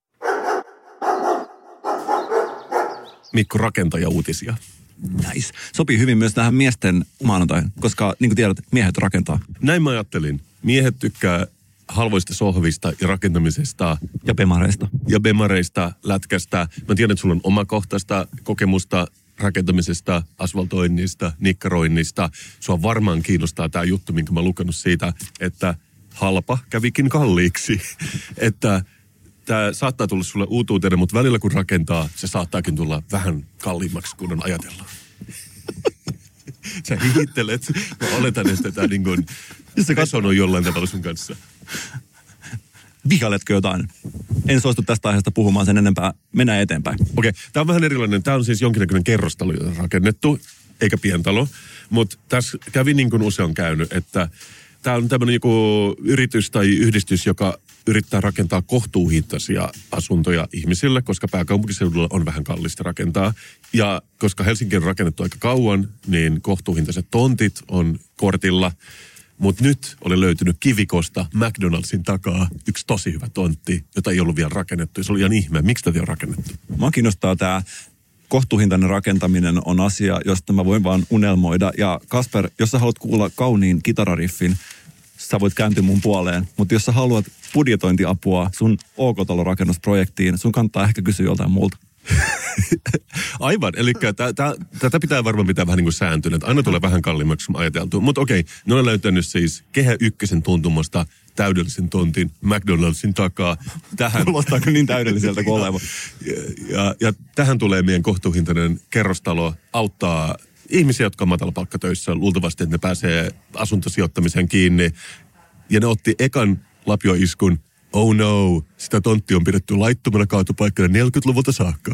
Mikko, rakentaja-uutisia. Nice. Sopii hyvin myös tähän miesten maanantaihin, koska niin kuin tiedät, miehet rakentaa. Näin mä ajattelin. Miehet tykkää halvoista sohvista ja rakentamisesta. Ja bemareista. Ja bemareista, lätkästä. Mä tiedän, että sulla on omakohtaista kokemusta rakentamisesta, asfaltoinnista, nikkaroinnista. Sua varmaan kiinnostaa tämä juttu, minkä mä oon lukenut siitä, että halpa kävikin kalliiksi. Että tämä saattaa tulla sulle uutuutena, mutta välillä kun rakentaa, se saattaakin tulla vähän kalliimmaksi, kun on ajatellaan. Sä hihittelet. Mä oletan, että tämä niin kuin resonoi jollain tavalla sun kanssa. Vihailetko jotain? En suostu tästä aiheesta puhumaan sen enempää. Mennään eteenpäin. Okei, okay, tämä on vähän erilainen. Tämä on siis jonkinnäköinen kerrostalo, jota on rakennettu, eikä pientalo. Mutta tässä kävi niin kuin usein käynyt, että tämä on tämmöinen joku yritys tai yhdistys, joka yrittää rakentaa kohtuuhintaisia asuntoja ihmisille, koska pääkaupunkiseudulla on vähän kallista rakentaa. Ja koska Helsinki on rakennettu aika kauan, niin kohtuuhintaiset tontit on kortilla. Mutta nyt oli löytynyt Kivikosta McDonaldsin takaa yksi tosi hyvä tontti, jota ei ollut vielä rakennettu. Ja se oli ihan ihme. Miksi tätä on rakennettu? Mua kiinnostaa tämä kohtuuhintainen rakentaminen on asia, josta mä voin vaan unelmoida. Ja Kasper, jos sä haluat kuulla kauniin kitarariffin, sä voit kääntyä mun puoleen. Mutta jos sä haluat budjetointiapua sun OK-talorakennusprojektiin, sun kannattaa ehkä kysyä joltain muulta. Aivan, eli tätä pitää varmaan pitää vähän niin kuin sääntönä. Aina tulee vähän kalliimmaksi ajateltu. Mutta okei, ne on löytänyt siis Kehä Ykkösen tuntumasta täydellisen tontin McDonaldsin takaa. Tähän kuulostaako niin täydelliseltä kuin oleva? Ja, ja, ja tähän tulee meidän kohtuuhintainen kerrostalo auttaa ihmisiä, jotka on matalapalkkatöissä. Luultavasti, että ne pääsee asuntosijoittamiseen kiinni. Ja ne otti ekan lapioiskun. Oh no, sitä tontti on pidetty laittomana kaatopaikkana neljäkymmentäluvulta saakka.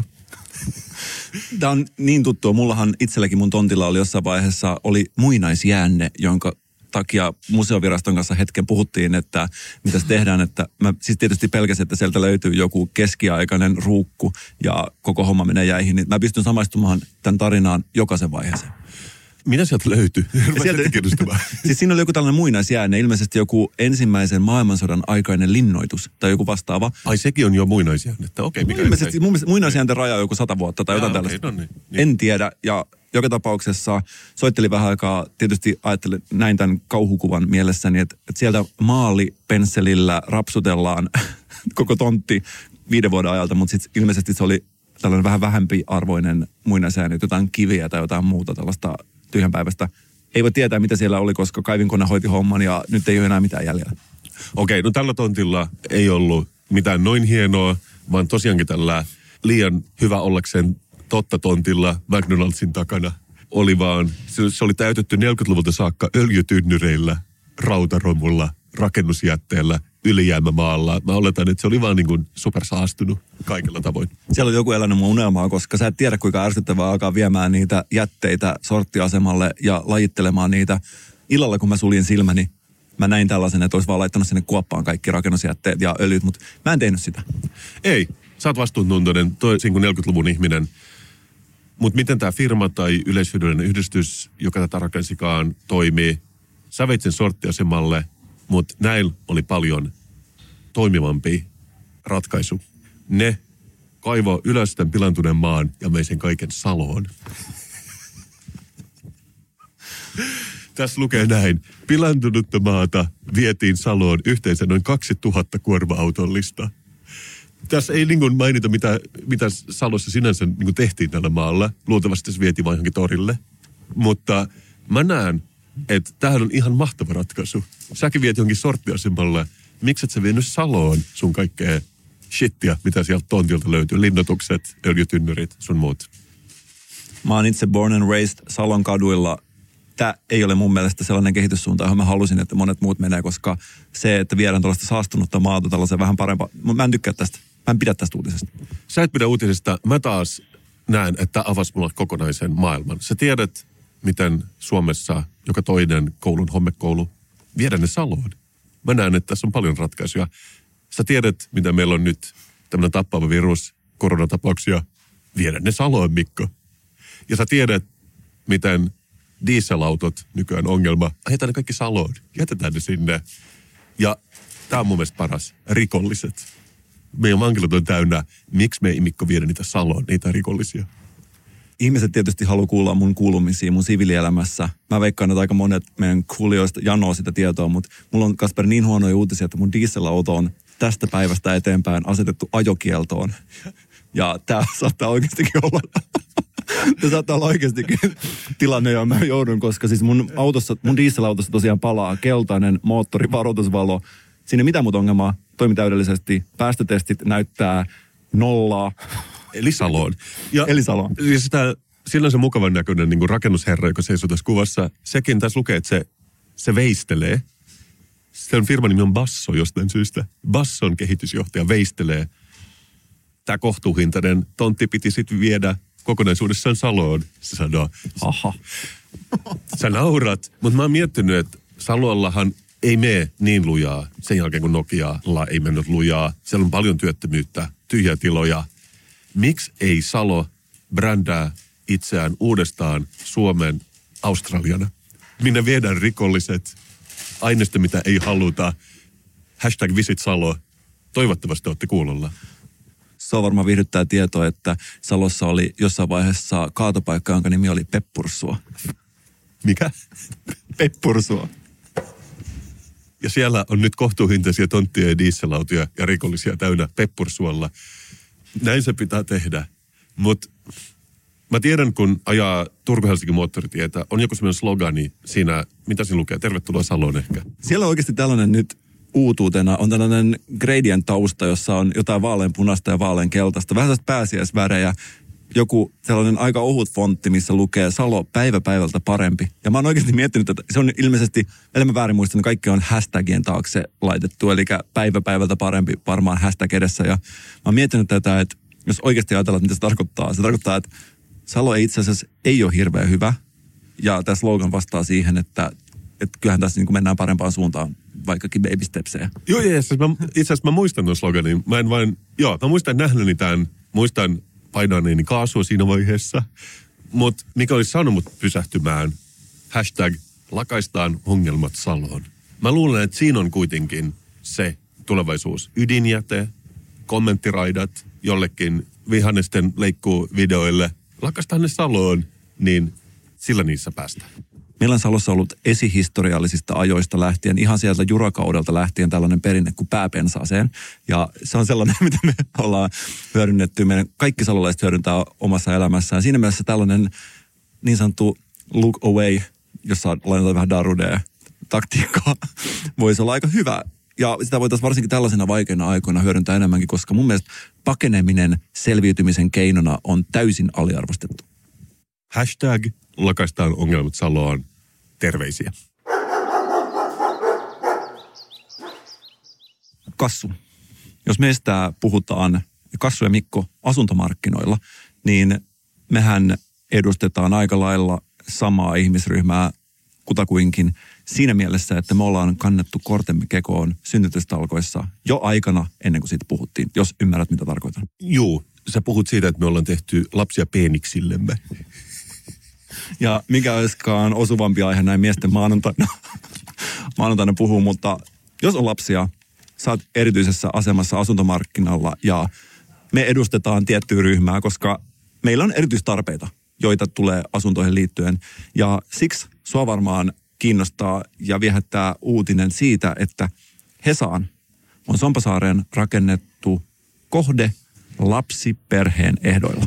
Tämä on niin tuttua. Mullahan itselläkin mun tontilla oli jossain vaiheessa oli muinaisjäänne, jonka takia museoviraston kanssa hetken puhuttiin, että mitä se tehdään. Että mä siis tietysti pelkäsin, että sieltä löytyy joku keskiaikainen ruukku ja koko homma menee jäihin. Niin mä pystyn samaistumaan tämän tarinaan jokaisen vaiheeseen. Mitä sieltä löytyy? Sieltä, siis siinä oli joku tällainen muinaisjäänne, ilmeisesti joku ensimmäisen maailmansodan aikainen linnoitus tai joku vastaava. Ai sekin on jo muinaisjäänettä, okei. Okay, ilmeisesti mun muinaisjäänten raja on joku sata vuotta tai jotain okay, tällaista. No niin, niin. En tiedä ja joka tapauksessa soittelin vähän aikaa, tietysti ajattelin näin tämän kauhukuvan mielessäni, että, että sieltä maalipensselillä rapsutellaan koko tontti viiden vuoden ajalta, mutta sitten ilmeisesti se oli tällainen vähän vähempiarvoinen muinaisjäänne, jotain kiviä tai jotain muuta tällaista tyhjänpäiväistä. Ei voi tietää, mitä siellä oli, koska kaivinkone hoiti homman ja nyt ei ole enää mitään jäljellä. Okei, no tällä tontilla ei ollut mitään noin hienoa, vaan tosiaankin tällä liian hyvä ollakseen totta tontilla McDonaldsin takana oli vaan, se oli täytetty neljäkymmentäluvulta saakka öljytynnyreillä, rautaromulla, rakennusjätteellä, ylijäämämaalla. Mä oletan, että se oli vaan niin kuin supersaastunut kaikilla tavoin. Siellä on joku elänyt mun unelmaa, koska sä et tiedä, kuinka ärsyttävää alkaa viemään niitä jätteitä sorttiasemalle ja lajittelemaan niitä. Illalla, kun mä suljin silmäni, mä näin tällaisen, että olisi vaan laittanut sinne kuoppaan kaikki rakennusjätteet ja öljyt, mutta mä en tehnyt sitä. Ei, sä oot vastuuntuntoinen, toisin kuin neljäkymmentäluvun ihminen. Mutta miten tämä firma tai yleishyödyllinen yhdistys, joka tätä rakensikaan, toimii? Sä veit sen sorttiasemalle, mutta näillä oli paljon toimivampi ratkaisu. Ne kaivoi ylös tämän pilantuneen maan ja vei sen kaiken Saloon. Tässä lukee näin. Pilantunutta maata vietiin Saloon yhteensä noin kaksituhatta kuorma-autollista. tässä ei niin kuin mainita, mitä, mitä Salossa sinänsä niin kuin tehtiin tällä maalla. Luultavasti se vietiin vain johonkin torille. Mutta mä näen, että tämähän on ihan mahtava ratkaisu. Säkin viet johonkin sorttiasemalle. Miksi et sä vienyt Saloon sun kaikkea shittiä, mitä sieltä tontilta löytyy? Linnoitukset, öljytynnyrit, sun muut. Mä oon itse born and raised Salon kaduilla. Tämä ei ole mun mielestä sellainen kehityssuunta, johon mä halusin, että monet muut menee, koska se, että viedään tuollaista saastunutta maata tällaisen vähän parempaa. Mä en tykkää tästä. Mä en pidä tästä uutisesta. Sä et pidä uutisesta. Mä taas näen, että avasi mulle kokonaisen maailman. Sä tiedät, miten Suomessa joka toinen koulun hommekoulu viedään ne Saloon. Mä näen, että tässä on paljon ratkaisuja. Sä tiedät, mitä meillä on nyt tämmöinen tappava virus, koronatapauksia. Viedään ne Saloon, Mikko. Ja sä tiedät, miten dieselautot nykyään ongelma. Ajetaan ne kaikki Saloon. Jätetään ne sinne. Ja tää on mun mielestä paras. Rikolliset. Meidän vankilat on täynnä. Miksi me ei, Mikko, viedä niitä Saloon, niitä rikollisia? Ihmiset tietysti haluaa kuulla mun kuulumisia mun siviilielämässä. Mä veikkaan, että aika monet meidän kuulijoista janoo sitä tietoa, mutta mulla on, Kasper, niin huonoja uutisia, että mun dieselauto on tästä päivästä eteenpäin asetettu ajokieltoon. Ja tää saattaa oikeastikin olla... Tämä saattaa olla oikeastikin tilanne, johon mä joudun, koska siis mun autossa, mun dieselautossa tosiaan palaa keltainen moottorivaroitusvalo. Siinä ei mitään muuta ongelmaa, toimi täydellisesti. Päästötestit näyttää nollaa. Eli Saloon. Ja, Eli Saloon. Ja sitä, sillä on se mukavan näköinen niin kuin rakennusherra, joka seisoo tässä kuvassa. Sekin tässä lukee, että se, se veistelee. Sen firman nimi on Basso jostain syystä. Basson kehitysjohtaja veistelee. Tämä kohtuuhintainen tontti piti sitten viedä kokonaisuudessaan Saloon, se sanoo. Aha. Sä naurat, mutta mä oon miettinyt, että Salollahan ei mene niin lujaa sen jälkeen, kun Nokialla ei mennyt lujaa. Siellä on paljon työttömyyttä, tyhjiä tiloja. Miksi ei Salo brändää itseään uudestaan Suomen Australiana? Minne viedään rikolliset, aineista mitä ei haluta. Hashtag Visit Salo. Toivottavasti olette kuulolla. Se on varmaan viihdyttää tietoa, että Salossa oli jossain vaiheessa kaatopaikka, jonka nimi oli Peppursua. Mikä? Peppursua. Ja siellä on nyt kohtuuhintaisia tonttia ja dieselautoja ja rikollisia täynnä Peppursuolla. Näin se pitää tehdä. Mutta mä tiedän, kun ajaa Turku-Helsingin moottoritietä, on joku sellainen slogani siinä, mitä siinä lukee, tervetuloa Saloon ehkä. Siellä on oikeasti tällainen nyt uutuutena, on tällainen gradient tausta, jossa on jotain vaaleanpunaista ja vaaleankeltaista, vähän sellaista pääsiäisvärejä, joku sellainen aika ohut fontti, missä lukee Salo päivä päivältä parempi. Ja mä oon oikeasti miettinyt, että se on ilmeisesti, ellei mä väärin muistan, kaikki on hashtagien taakse laitettu, eli päivä päivältä parempi varmaan hashtag edessä. Ja mä oon miettinyt tätä, että jos oikeasti ajatellaan, mitä se tarkoittaa, se tarkoittaa, että Salo ei itse asiassa ei ole hirveän hyvä. Ja tämä slogan vastaa siihen, että, että kyllähän tässä niin kuin mennään parempaan suuntaan, vaikkakin baby stepseen. Joo, joo, itse asiassa mä muistan tuon sloganin. Mä en vain, joo, mä muistan nähneeni tämän, muistan painaneeni kaasua siinä vaiheessa. Mutta mikä olisi saanut mut pysähtymään, hashtag lakaistaan ongelmat Saloon. Mä luulen, että siinä on kuitenkin se tulevaisuus. Ydinjäte, kommenttiraidat, jollekin vihannesten leikkuu videoille. Lakaistaan ne Saloon, niin sillä niissä päästään. Meillä on Salossa ollut esihistoriallisista ajoista lähtien, ihan sieltä jurakaudelta lähtien tällainen perinne kuin pääpensaaseen. Ja se on sellainen, mitä me ollaan hyödynnetty. Meidän kaikki salolaiset hyödyntää omassa elämässään. Siinä mielessä tällainen niin sanottu look away, jossa lainataan vähän darudea taktiikkaa, voisi olla aika hyvä. Ja sitä voitaisiin varsinkin tällaisena vaikeina aikoina hyödyntää enemmänkin, koska mun mielestä pakeneminen selviytymisen keinona on täysin aliarvostettu. Hashtag lakaistaan ongelmat Saloon. Terveisiä. Kassu. Jos meistä puhutaan, Kassu ja Mikko, asuntomarkkinoilla, niin mehän edustetaan aika lailla samaa ihmisryhmää kutakuinkin siinä mielessä, että me ollaan kannettu kortemme kekoon synnytystalkoissa jo aikana ennen kuin siitä puhuttiin, jos ymmärrät, mitä tarkoitan. Juu, sä puhut siitä, että me ollaan tehty lapsia peeniksillemme. Ja mikä olisikaan osuvampi aihe näin miesten maanantaina, maanantaina puhuu, mutta jos on lapsia, sä oot erityisessä asemassa asuntomarkkinalla ja me edustetaan tiettyä ryhmää, koska meillä on erityistarpeita, joita tulee asuntoihin liittyen. Ja siksi sua varmaan kiinnostaa ja viehättää uutinen siitä, että Hesaan on Sompasaareen rakennettu kohde lapsiperheen ehdoilla.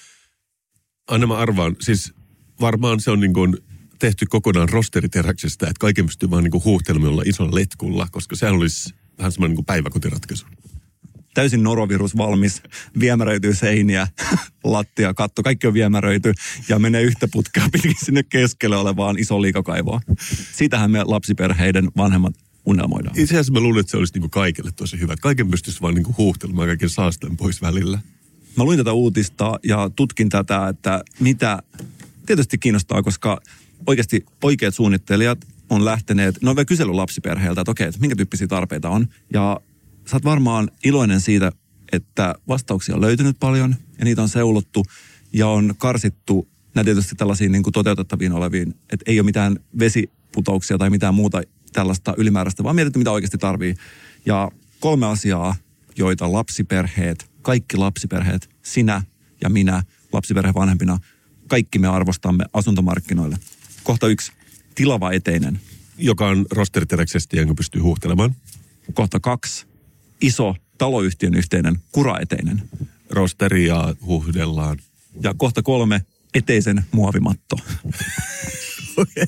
Aina mä arvaan, siis varmaan se on niin kuin tehty kokonaan rosteriteräksestä, että kaiken pystyy vaan niin kuin huuhtelmilla isolla letkulla, koska sehän olisi vähän semmoinen niin kuin päiväkotiratkaisu. Täysin norovirus valmis, viemäröityy seiniä, lattia, katto, kaikki on viemäröity ja menee yhtä putkea pitkin sinne keskelle olevaan iso liikakaivoon. Siitähän me lapsiperheiden vanhemmat unelmoidaan. Itse asiassa mä luulen, että se olisi niin kuin kaikille tosi hyvä. Kaiken pystyisi vaan niin kuin huuhtelemaan kaiken saasteen pois välillä. Mä luin tätä uutista ja tutkin tätä, että mitä tietysti kiinnostaa, koska oikeasti oikeat suunnittelijat on lähteneet, ne on vielä kysely lapsiperheeltä, että okei, että minkä tyyppisiä tarpeita on. Ja sä oot varmaan iloinen siitä, että vastauksia on löytynyt paljon ja niitä on seulottu ja on karsittu nämä tietysti tällaisiin niin kuin toteutettaviin oleviin, että ei ole mitään vesiputouksia tai mitään muuta tällaista ylimääräistä, vaan mietitty mitä oikeasti tarvii. Ja kolme asiaa, joita lapsiperheet, kaikki lapsiperheet, sinä ja minä lapsiperhevanhempina, kaikki me arvostamme asuntomarkkinoille. Kohta yksi, tilava eteinen. Joka on rosteriteräksestä, jonka pystyy huuhtelemaan. Kohta kaksi, iso taloyhtiön yhteinen kuraeteinen. Rosteri ja huuhdellaan. Ja kohta kolme, eteisen muovimatto. Okei.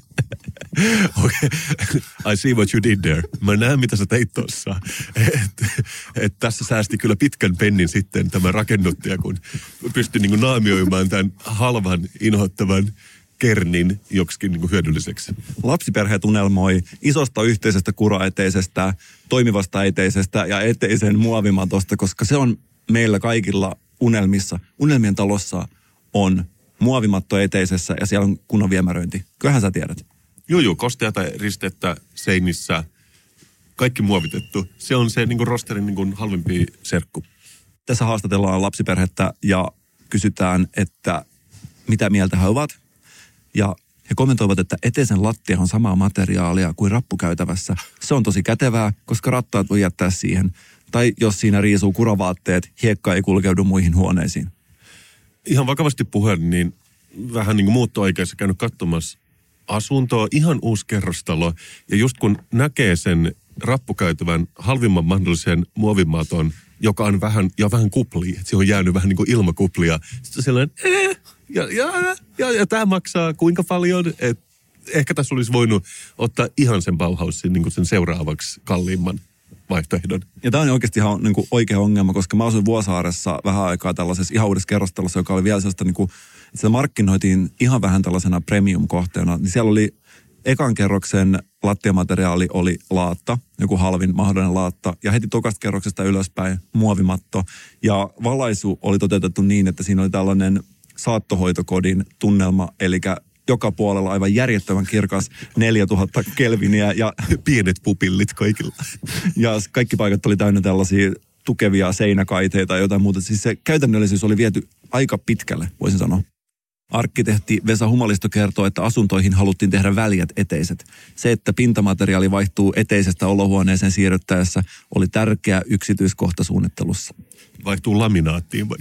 Okay. I see what you did there. Mä näen, mitä sä teit tossa. Et, et tässä säästi kyllä pitkän pennin sitten tämä rakennuttaja, kun pystyi niinku naamioimaan tämän halvan, inhottavan kernin joksikin niinku hyödylliseksi. Lapsiperheet unelmoi isosta yhteisestä kuraeteisestä, toimivasta eteisestä ja eteisen muovimatosta, koska se on meillä kaikilla unelmissa. Unelmien talossa on muovimatto eteisessä ja siellä on kunnon viemäröinti. Kyllähän sä tiedät. Joo, joo, kosteata ristettä seinissä, kaikki muovitettu. Se on se niin kuin rosterin niin kuin halvempi serkku. Tässä haastatellaan lapsiperhettä ja kysytään, että mitä mieltä he ovat. Ja he kommentoivat, että eteisen lattia on samaa materiaalia kuin rappukäytävässä. Se on tosi kätevää, koska rattaat voi jättää siihen. Tai jos siinä riisuu kuravaatteet, hiekka ei kulkeudu muihin huoneisiin. Ihan vakavasti puheen, niin vähän niin kuin muutto-oikeassa käynyt katsomassa asuntoa, ihan uusi kerrostalo. Ja just kun näkee sen rappukäytävän halvimman mahdollisen muovimaton, joka on vähän, ja vähän kuplia, että siihen on jäänyt vähän niin kuin ilmakuplia. Sitten sellainen, eh, ja, ja, ja, ja tämä maksaa kuinka paljon, että ehkä tässä olisi voinut ottaa ihan sen Bauhausin niin kuin sen seuraavaksi kalliimman vaihtoehdon. Ja tämä on oikeasti ihan niin kuin oikea ongelma, koska mä asuin Vuosaaressa vähän aikaa tällaisessa ihan uudessa kerrostalossa, joka oli vielä sellaista niin kuin, että sitä markkinoitiin ihan vähän tällaisena premium-kohteena. Niin siellä oli ekan kerroksen lattiamateriaali oli laatta, joku halvin mahdollinen laatta, ja heti tokasta kerroksesta ylöspäin muovimatto. Ja valaisu oli toteutettu niin, että siinä oli tällainen saattohoitokodin tunnelma, eli joka puolella aivan järjettömän kirkas neljätuhatta kelviniä ja pienet pupillit kaikilla. Ja kaikki paikat oli täynnä tällaisia tukevia seinäkaiteita ja jotain muuta. Siis se käytännöllisyys oli viety aika pitkälle, voisin sanoa. Arkkitehti Vesa Humalisto kertoo, että asuntoihin haluttiin tehdä väljät eteiset. Se, että pintamateriaali vaihtuu eteisestä olohuoneeseen siirryttäessä, oli tärkeä yksityiskohta suunnittelussa. Vaihtuu laminaattiin vai?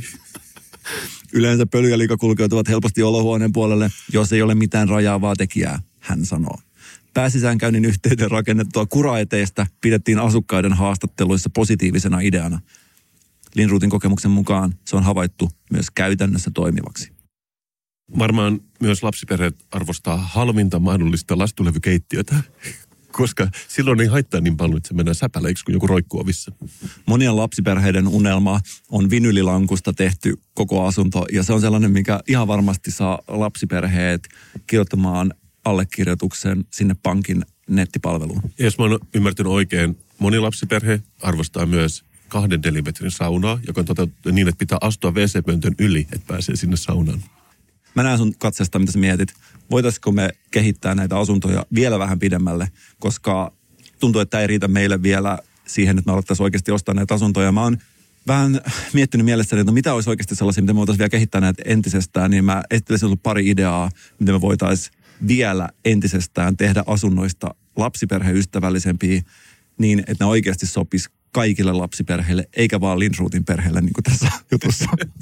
Yleensä pöly ja liika kulkeutuvat helposti olohuoneen puolelle, jos ei ole mitään rajaavaa tekijää, hän sanoo. Pääsisäänkäynnin yhteyden rakennettua kuraeteistä pidettiin asukkaiden haastatteluissa positiivisena ideana. Lindrootin kokemuksen mukaan se on havaittu myös käytännössä toimivaksi. Varmaan myös lapsiperheet arvostaa halvinta mahdollista lastulevykeittiötä, koska silloin ei haittaa niin paljon, että se mennään säpäleiksi kuin joku roikkuovissa. Monien lapsiperheiden unelma on vinylilankusta tehty koko asunto, ja se on sellainen, mikä ihan varmasti saa lapsiperheet kirjoittamaan allekirjoituksen sinne pankin nettipalveluun. Ja jos mä oon ymmärtänyt oikein, moni lapsiperhe arvostaa myös kahden nelimetrin saunaa, joka on toteutettu niin, että pitää astua wee see-pöntön yli, että pääsee sinne saunaan. Mä näen sun katseesta, mitä sä mietit. Voitaisiko me kehittää näitä asuntoja vielä vähän pidemmälle, koska tuntuu, että tämä ei riitä meille vielä siihen, että me alettaisiin oikeasti ostaa näitä asuntoja. Mä oon vähän miettinyt mielessäni, että no mitä olisi oikeasti sellaisia, miten me voitaisiin vielä kehittää näitä entisestään, niin mä esittelisin ollut pari ideaa, miten me voitaisiin vielä entisestään tehdä asunnoista lapsiperheystävällisempiä niin, että ne oikeasti sopisi kaikille lapsiperheille, eikä vaan Lindrootin perheelle, niin kuin tässä jutussa.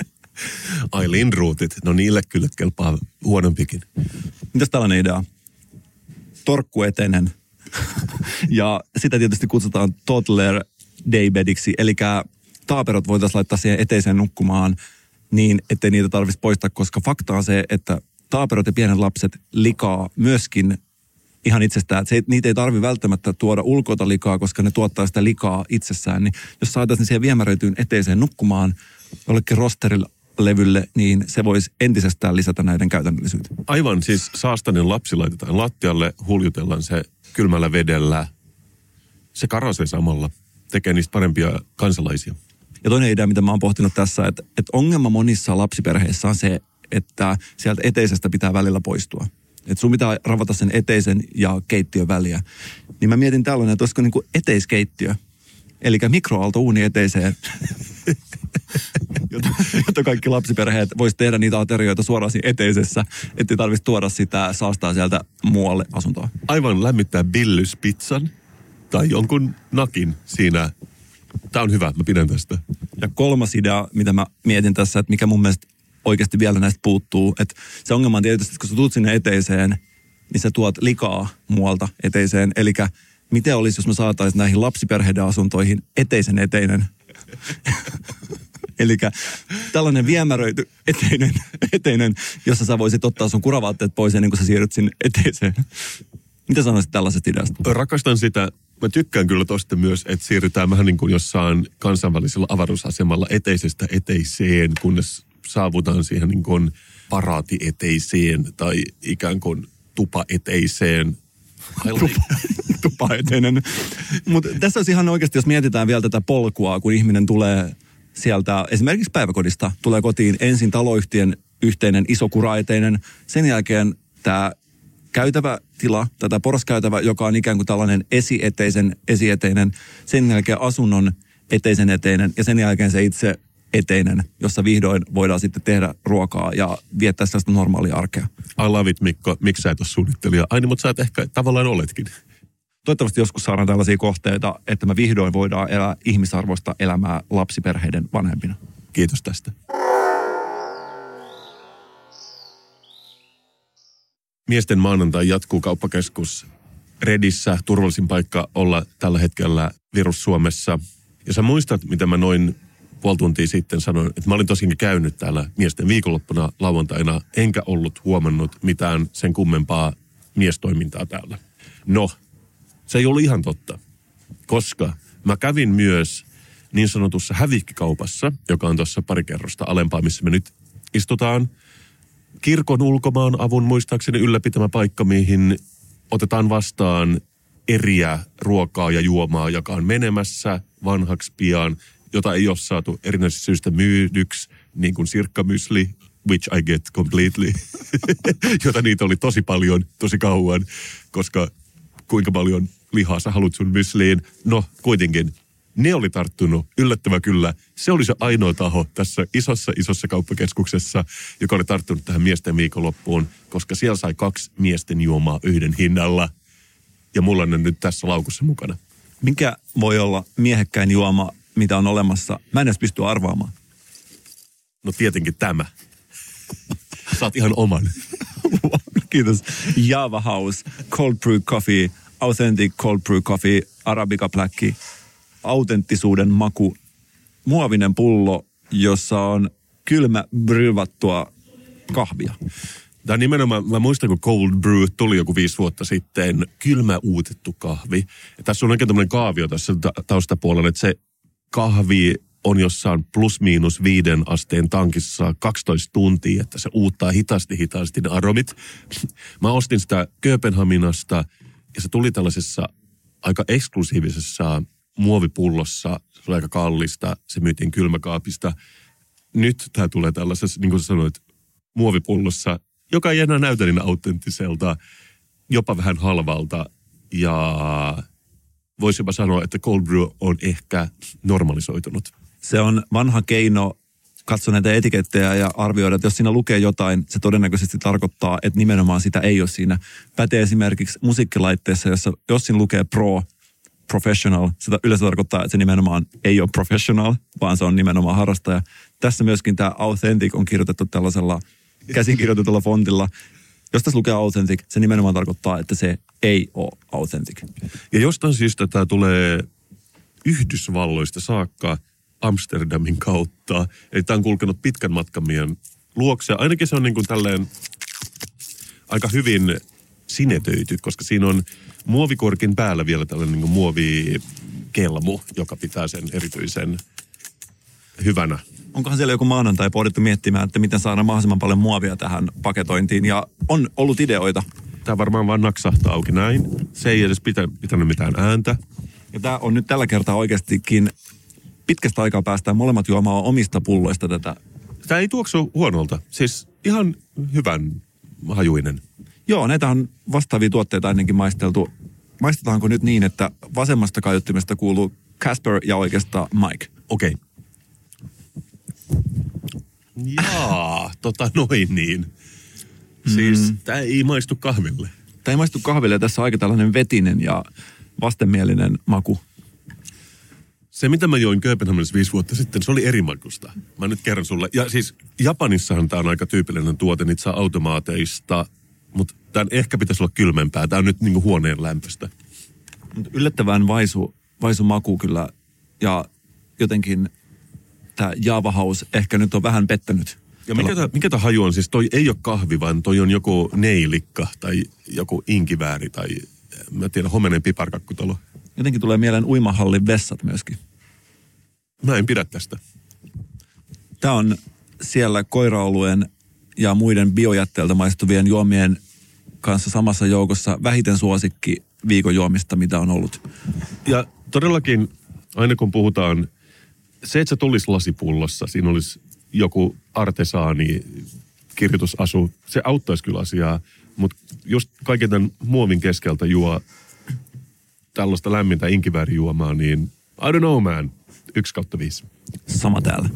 Ai Lindrootit, no niille kyllä kelpaa huonompikin. Mitäs tällainen idea? Torkkueteinen. Ja sitä tietysti kutsutaan toddler daybediksi, eli taaperot voitaisiin laittaa siihen eteiseen nukkumaan niin, ettei niitä tarvitsisi poistaa, koska fakta on se, että taaperot ja pienet lapset likaa myöskin ihan itsestään. Että se, niitä ei tarvitse välttämättä tuoda ulkoilta likaa, koska ne tuottaa sitä likaa itsessään. Niin jos saataisiin siihen viemäröityyn eteiseen nukkumaan jollekin rosterillevylle, niin se voisi entisestään lisätä näiden käytännöllisyyttä. Aivan, siis saastainen lapsi laitetaan lattialle, huljutellaan se kylmällä vedellä. Se karasee samalla, tekee niistä parempia kansalaisia. Ja toinen idea, mitä mä oon pohtinut tässä, että, että ongelma monissa lapsiperheissä on se, että sieltä eteisestä pitää välillä poistua. Että sun pitää ravata sen eteisen ja keittiön väliä. Niin mä mietin tällainen, että olisiko niin kuin eteiskeittiö. Eli mikroaaltouuni eteiseen, jota, jota kaikki lapsiperheet vois tehdä niitä aterioita suoraan siinä eteisessä, ettei tarvitsisi tuoda sitä saastaa sieltä muualle asuntoon. Aivan, lämmittää billyspizzan tai jonkun nakin siinä. Tää on hyvä, mä pidän tästä. Ja kolmas idea, mitä mä mietin tässä, että mikä mun mielestä oikeasti vielä näistä puuttuu, että se ongelma on tietysti, että kun sä tuut sinne eteiseen, niin sä tuot likaa muualta eteiseen. Eli miten olisi, jos me saataisiin näihin lapsiperheiden asuntoihin eteisen eteinen? Eli tällainen viemäröity eteinen, eteinen, jossa sä voisit ottaa sun kuravaatteet pois ennen kuin sä siirryt sinne eteiseen. Mitä sanoisit tällaisesta ideasta? Rakastan sitä. Mä tykkään kyllä tosta myös, että siirrytään vähän niin kuin jossain kansainvälisellä avaruusasemalla eteisestä eteiseen, kunnes saavutaan siihen niin kuin paraatieteiseen tai ikään kuin tupaeteiseen. Tupa, tupaeteinen. Mutta tässä olisi ihan oikeasti, jos mietitään vielä tätä polkua, kun ihminen tulee sieltä esimerkiksi päiväkodista, tulee kotiin ensin taloyhtiön yhteinen iso kuraeteinen, sen jälkeen tämä käytävä tila, tätä porraskäytävä, joka on ikään kuin tällainen esieteisen esieteinen, sen jälkeen asunnon eteisen eteinen ja sen jälkeen se itse eteinen, jossa vihdoin voidaan sitten tehdä ruokaa ja viettää sellaista normaalia arkea. I love it, Mikko. Miksi sä et ole suunnittelija? Aina, mutta sä et ehkä tavallaan oletkin. Toivottavasti joskus saadaan tällaisia kohteita, että me vihdoin voidaan elää ihmisarvoista elämää lapsiperheiden vanhempina. Kiitos tästä. Miesten maanantai jatkuu kauppakeskus Redissä. Turvallisin paikka olla tällä hetkellä virus Suomessa. Ja sä muistat, mitä mä noin puoli tuntia sitten sanoin, että mä olin tosiaan käynyt täällä miesten viikonloppuna lauantaina, enkä ollut huomannut mitään sen kummempaa miestoimintaa täällä. No, se ei ollut ihan totta, koska mä kävin myös niin sanotussa hävikkikaupassa, joka on tuossa pari kerrosta alempaa, missä me nyt istutaan. Kirkon ulkomaan avun muistaakseni ylläpitämä paikka, mihin otetaan vastaan eriä ruokaa ja juomaa, joka on menemässä vanhaksi pian, jota ei ole saatu erinäisistä syistä myydyksi, niin kuin sirkkamysli, which I get completely, jota niitä oli tosi paljon, tosi kauan, koska kuinka paljon lihaa sä haluat sun mysliin. No, kuitenkin. Ne oli tarttunut, yllättävää kyllä. Se oli se ainoa taho tässä isossa, isossa kauppakeskuksessa, joka oli tarttunut tähän miesten viikonloppuun, koska siellä sai kaksi miesten juomaa yhden hinnalla. Ja mulla on nyt tässä laukussa mukana. Mikä voi olla miehekkäin juoma, mitä on olemassa? Mä en edes pysty arvaamaan. No tietenkin tämä. Saat ihan oman. Kiitos. Java House, Cold Brew Coffee, Authentic Cold Brew Coffee, Arabica Black, autenttisuuden maku, muovinen pullo, jossa on kylmä bryvattua kahvia. Tämä nimenomaan, mä muistan, kun Cold Brew tuli joku viisi vuotta sitten, kylmä uutettu kahvi. Ja tässä on oikein tämmöinen kaavio tässä taustapuolella, että se kahvi on jossain plus miinus viiden asteen tankissa kaksitoista tuntia, että se uuttaa hitaasti hitaasti ne aromit. Mä ostin sitä Kööpenhaminasta ja se tuli tällaisessa aika eksklusiivisessa muovipullossa. Se oli aika kallista, se myytiin kylmäkaapista. Nyt tämä tulee tällaisessa, niin kuin sä sanoit, muovipullossa, joka ei enää näytä niin autenttiselta, jopa vähän halvalta. Ja voisi jopa sanoa, että cold brew on ehkä normalisoitunut. Se on vanha keino katsoa näitä etikettejä ja arvioida, että jos siinä lukee jotain, se todennäköisesti tarkoittaa, että nimenomaan sitä ei ole siinä. Pätee esimerkiksi musiikkilaitteessa, jossa jos siinä lukee pro, professional, se yleensä tarkoittaa, että se nimenomaan ei ole professional, vaan se on nimenomaan harrastaja. Tässä myöskin tämä authentic on kirjoitettu tällaisella käsinkirjoitetulla fontilla. Jos tässä lukee authentic, se nimenomaan tarkoittaa, että se ei ole authentic. Ja jostain syystä tämä tulee Yhdysvalloista saakka Amsterdamin kautta. Eli tämä on kulkenut pitkän matkan meidän luokse. Ainakin se on niin kuin tälleen aika hyvin sinetöity, koska siinä on muovikorkin päällä vielä tällainen niin kuin muovikelmu, joka pitää sen erityisen hyvänä. Onkohan siellä joku maanantai pohdittu miettimään, että miten saadaan mahdollisimman paljon muovia tähän paketointiin, ja on ollut ideoita. Tämä varmaan vaan naksahtaa auki näin. Se ei edes pitä, pitänyt mitään ääntä. Ja tämä on nyt tällä kertaa oikeastikin pitkästä aikaa päästään molemmat juomaan omista pulloista tätä. Tämä ei tuoksu huonolta. Siis ihan hyvän hajuinen. Joo, näitä on vastaavia tuotteita ennenkin maisteltu. Maistetaanko nyt niin, että vasemmasta kaiuttimesta kuuluu Casper ja oikeasta Mike? Okei. Okay. Jaa, tota noin niin. Siis mm. tämä ei maistu kahville. Tämä ei maistu kahville, tässä on aika tällainen vetinen ja vastenmielinen maku. Se, mitä mä join Kööpenhaminassa viisi vuotta sitten, se oli eri makusta. Mä nyt kerron sulle. Ja siis Japanissahan tämä on aika tyypillinen tuote, niitä saa automaateista, mutta tämän ehkä pitäisi olla kylmempää. Tämä on nyt niinku huoneen lämpöstä. Yllättävän vaisu, vaisu maku kyllä, ja jotenkin tämä Java House ehkä nyt on vähän pettänyt. Ja mikä tämä mikä tämä haju on? Siis toi ei ole kahvi, vaan toi on joku neilikka tai joku inkivääri tai mä tiedän, homenen piparkakkutalo. Jotenkin tulee mieleen uimahallin vessat myöskin. Mä en pidä tästä. Tämä on siellä koiraoluen ja muiden biojätteeltä maistuvien juomien kanssa samassa joukossa vähiten suosikki viikon juomista, mitä on ollut. Ja todellakin, aina kun puhutaan, se, että se tulisi lasipullossa, siinä olisi joku artesaani, kirjoitusasu, se auttaisi kyllä asiaa, mutta just kaiken tämän muovin keskeltä juo tällaista lämmintä inkiväärijuomaa, niin I don't know man, yksi kautta viisi. Sama täällä.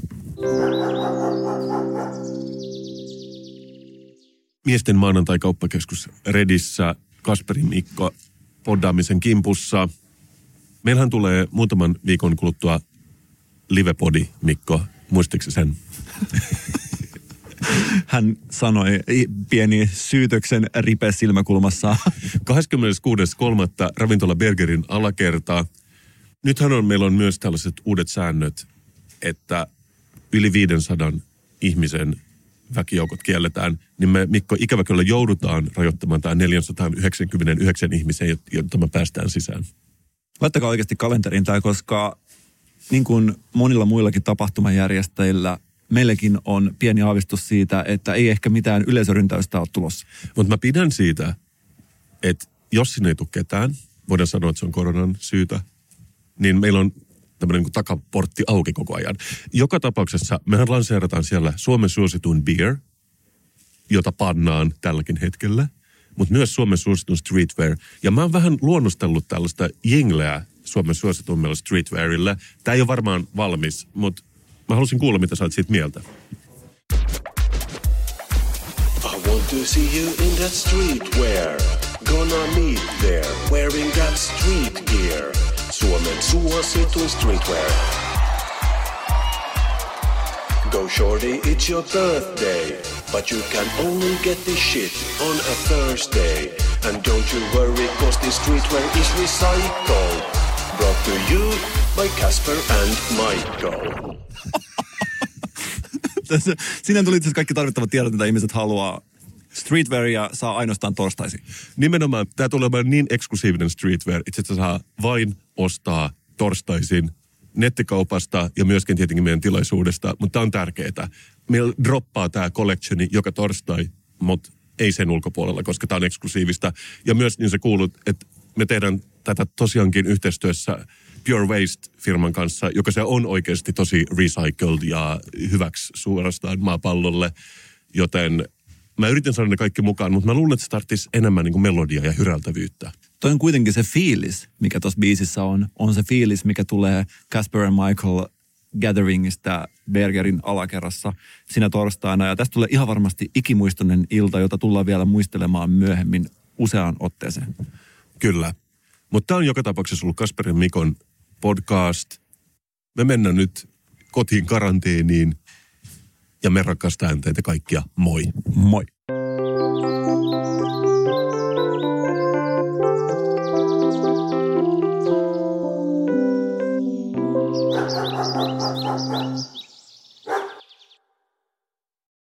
Miesten maanantai-kauppakeskus Redissä, Kasperin Mikko poddaamisen kimpussa. Meillähän tulee muutaman viikon kuluttua livepodi, Mikko. Muistitko sen? Hän sanoi pieni syytöksen ripe silmäkulmassa. kahdeskymmeneskuudes kolmas ravintola Bergerin alakerta. Nythän on, meillä on myös tällaiset uudet säännöt, että yli viisisataa ihmisen väkijoukot kielletään, niin me, Mikko, ikävä kyllä joudutaan rajoittamaan tämä neljäsataayhdeksänkymmentäyhdeksän ihmisen, jotta me päästään sisään. Laittakaa oikeasti kalenteriin tämä, koska niin kuin monilla muillakin tapahtumajärjestäjillä, meilläkin on pieni aavistus siitä, että ei ehkä mitään yleisöryntäystä ole tulossa. Mutta mä pidän siitä, että jos sinne ei tule ketään, voidaan sanoa, että se on koronan syytä, niin meillä on tämmöinen niin takaportti auki koko ajan. Joka tapauksessa mehän lanseerataan siellä Suomen suosituin beer, jota pannaan tälläkin hetkellä, mutta myös Suomen suosituin streetwear. Ja mä oon vähän luonnostellut tällaista jingleä Suomen suosituimmilla streetwearilla. Tää ei ole varmaan valmis, mutta mä halusin kuulla, mitä sä oot siitä mieltä. I want to see you in that streetwear. Gonna meet there, wearing that street gear. Suomen suosituin streetwear. Go shorty, it's your birthday, but you can only get this shit on a Thursday. And don't you worry, cause this streetwear is recycled. Brought to you by Casper and Michael. Siinä tuli itse kaikki tarvittavat tiedot, mitä ihmiset haluaa. Streetwearia saa ainoastaan torstaisin. Nimenomaan, tämä tulee olemaan niin eksklusiivinen streetwear, itse asiassa saa vain ostaa torstaisin nettikaupasta ja myöskin tietenkin meidän tilaisuudesta, mutta tämä on tärkeää. Meillä droppaa tämä collectioni joka torstai, mutta ei sen ulkopuolella, koska tämä on eksklusiivista. Ja myös niin se kuuluu, että me tehdään tätä tosiaankin yhteistyössä Pure Waste-firman kanssa, joka se on oikeasti tosi recycled ja hyväksi suorastaan maapallolle, joten mä yritin saada ne kaikki mukaan, mutta mä luulen, että se tarvitsisi enemmän niin kuin melodiaa ja hyrältävyyttä. Toi on kuitenkin se fiilis, mikä tuossa biisissä on. On se fiilis, mikä tulee Casper and Michael Gatheringista Bergerin alakerrassa sinä torstaina. Ja tästä tulee ihan varmasti ikimuistoinen ilta, jota tullaan vielä muistelemaan myöhemmin useaan otteeseen. Kyllä. Mutta tämä on joka tapauksessa ollut Kasperin Mikon podcast. Me mennään nyt kotiin karanteeniin ja me rakastamme teitä kaikkia. Moi. Moi.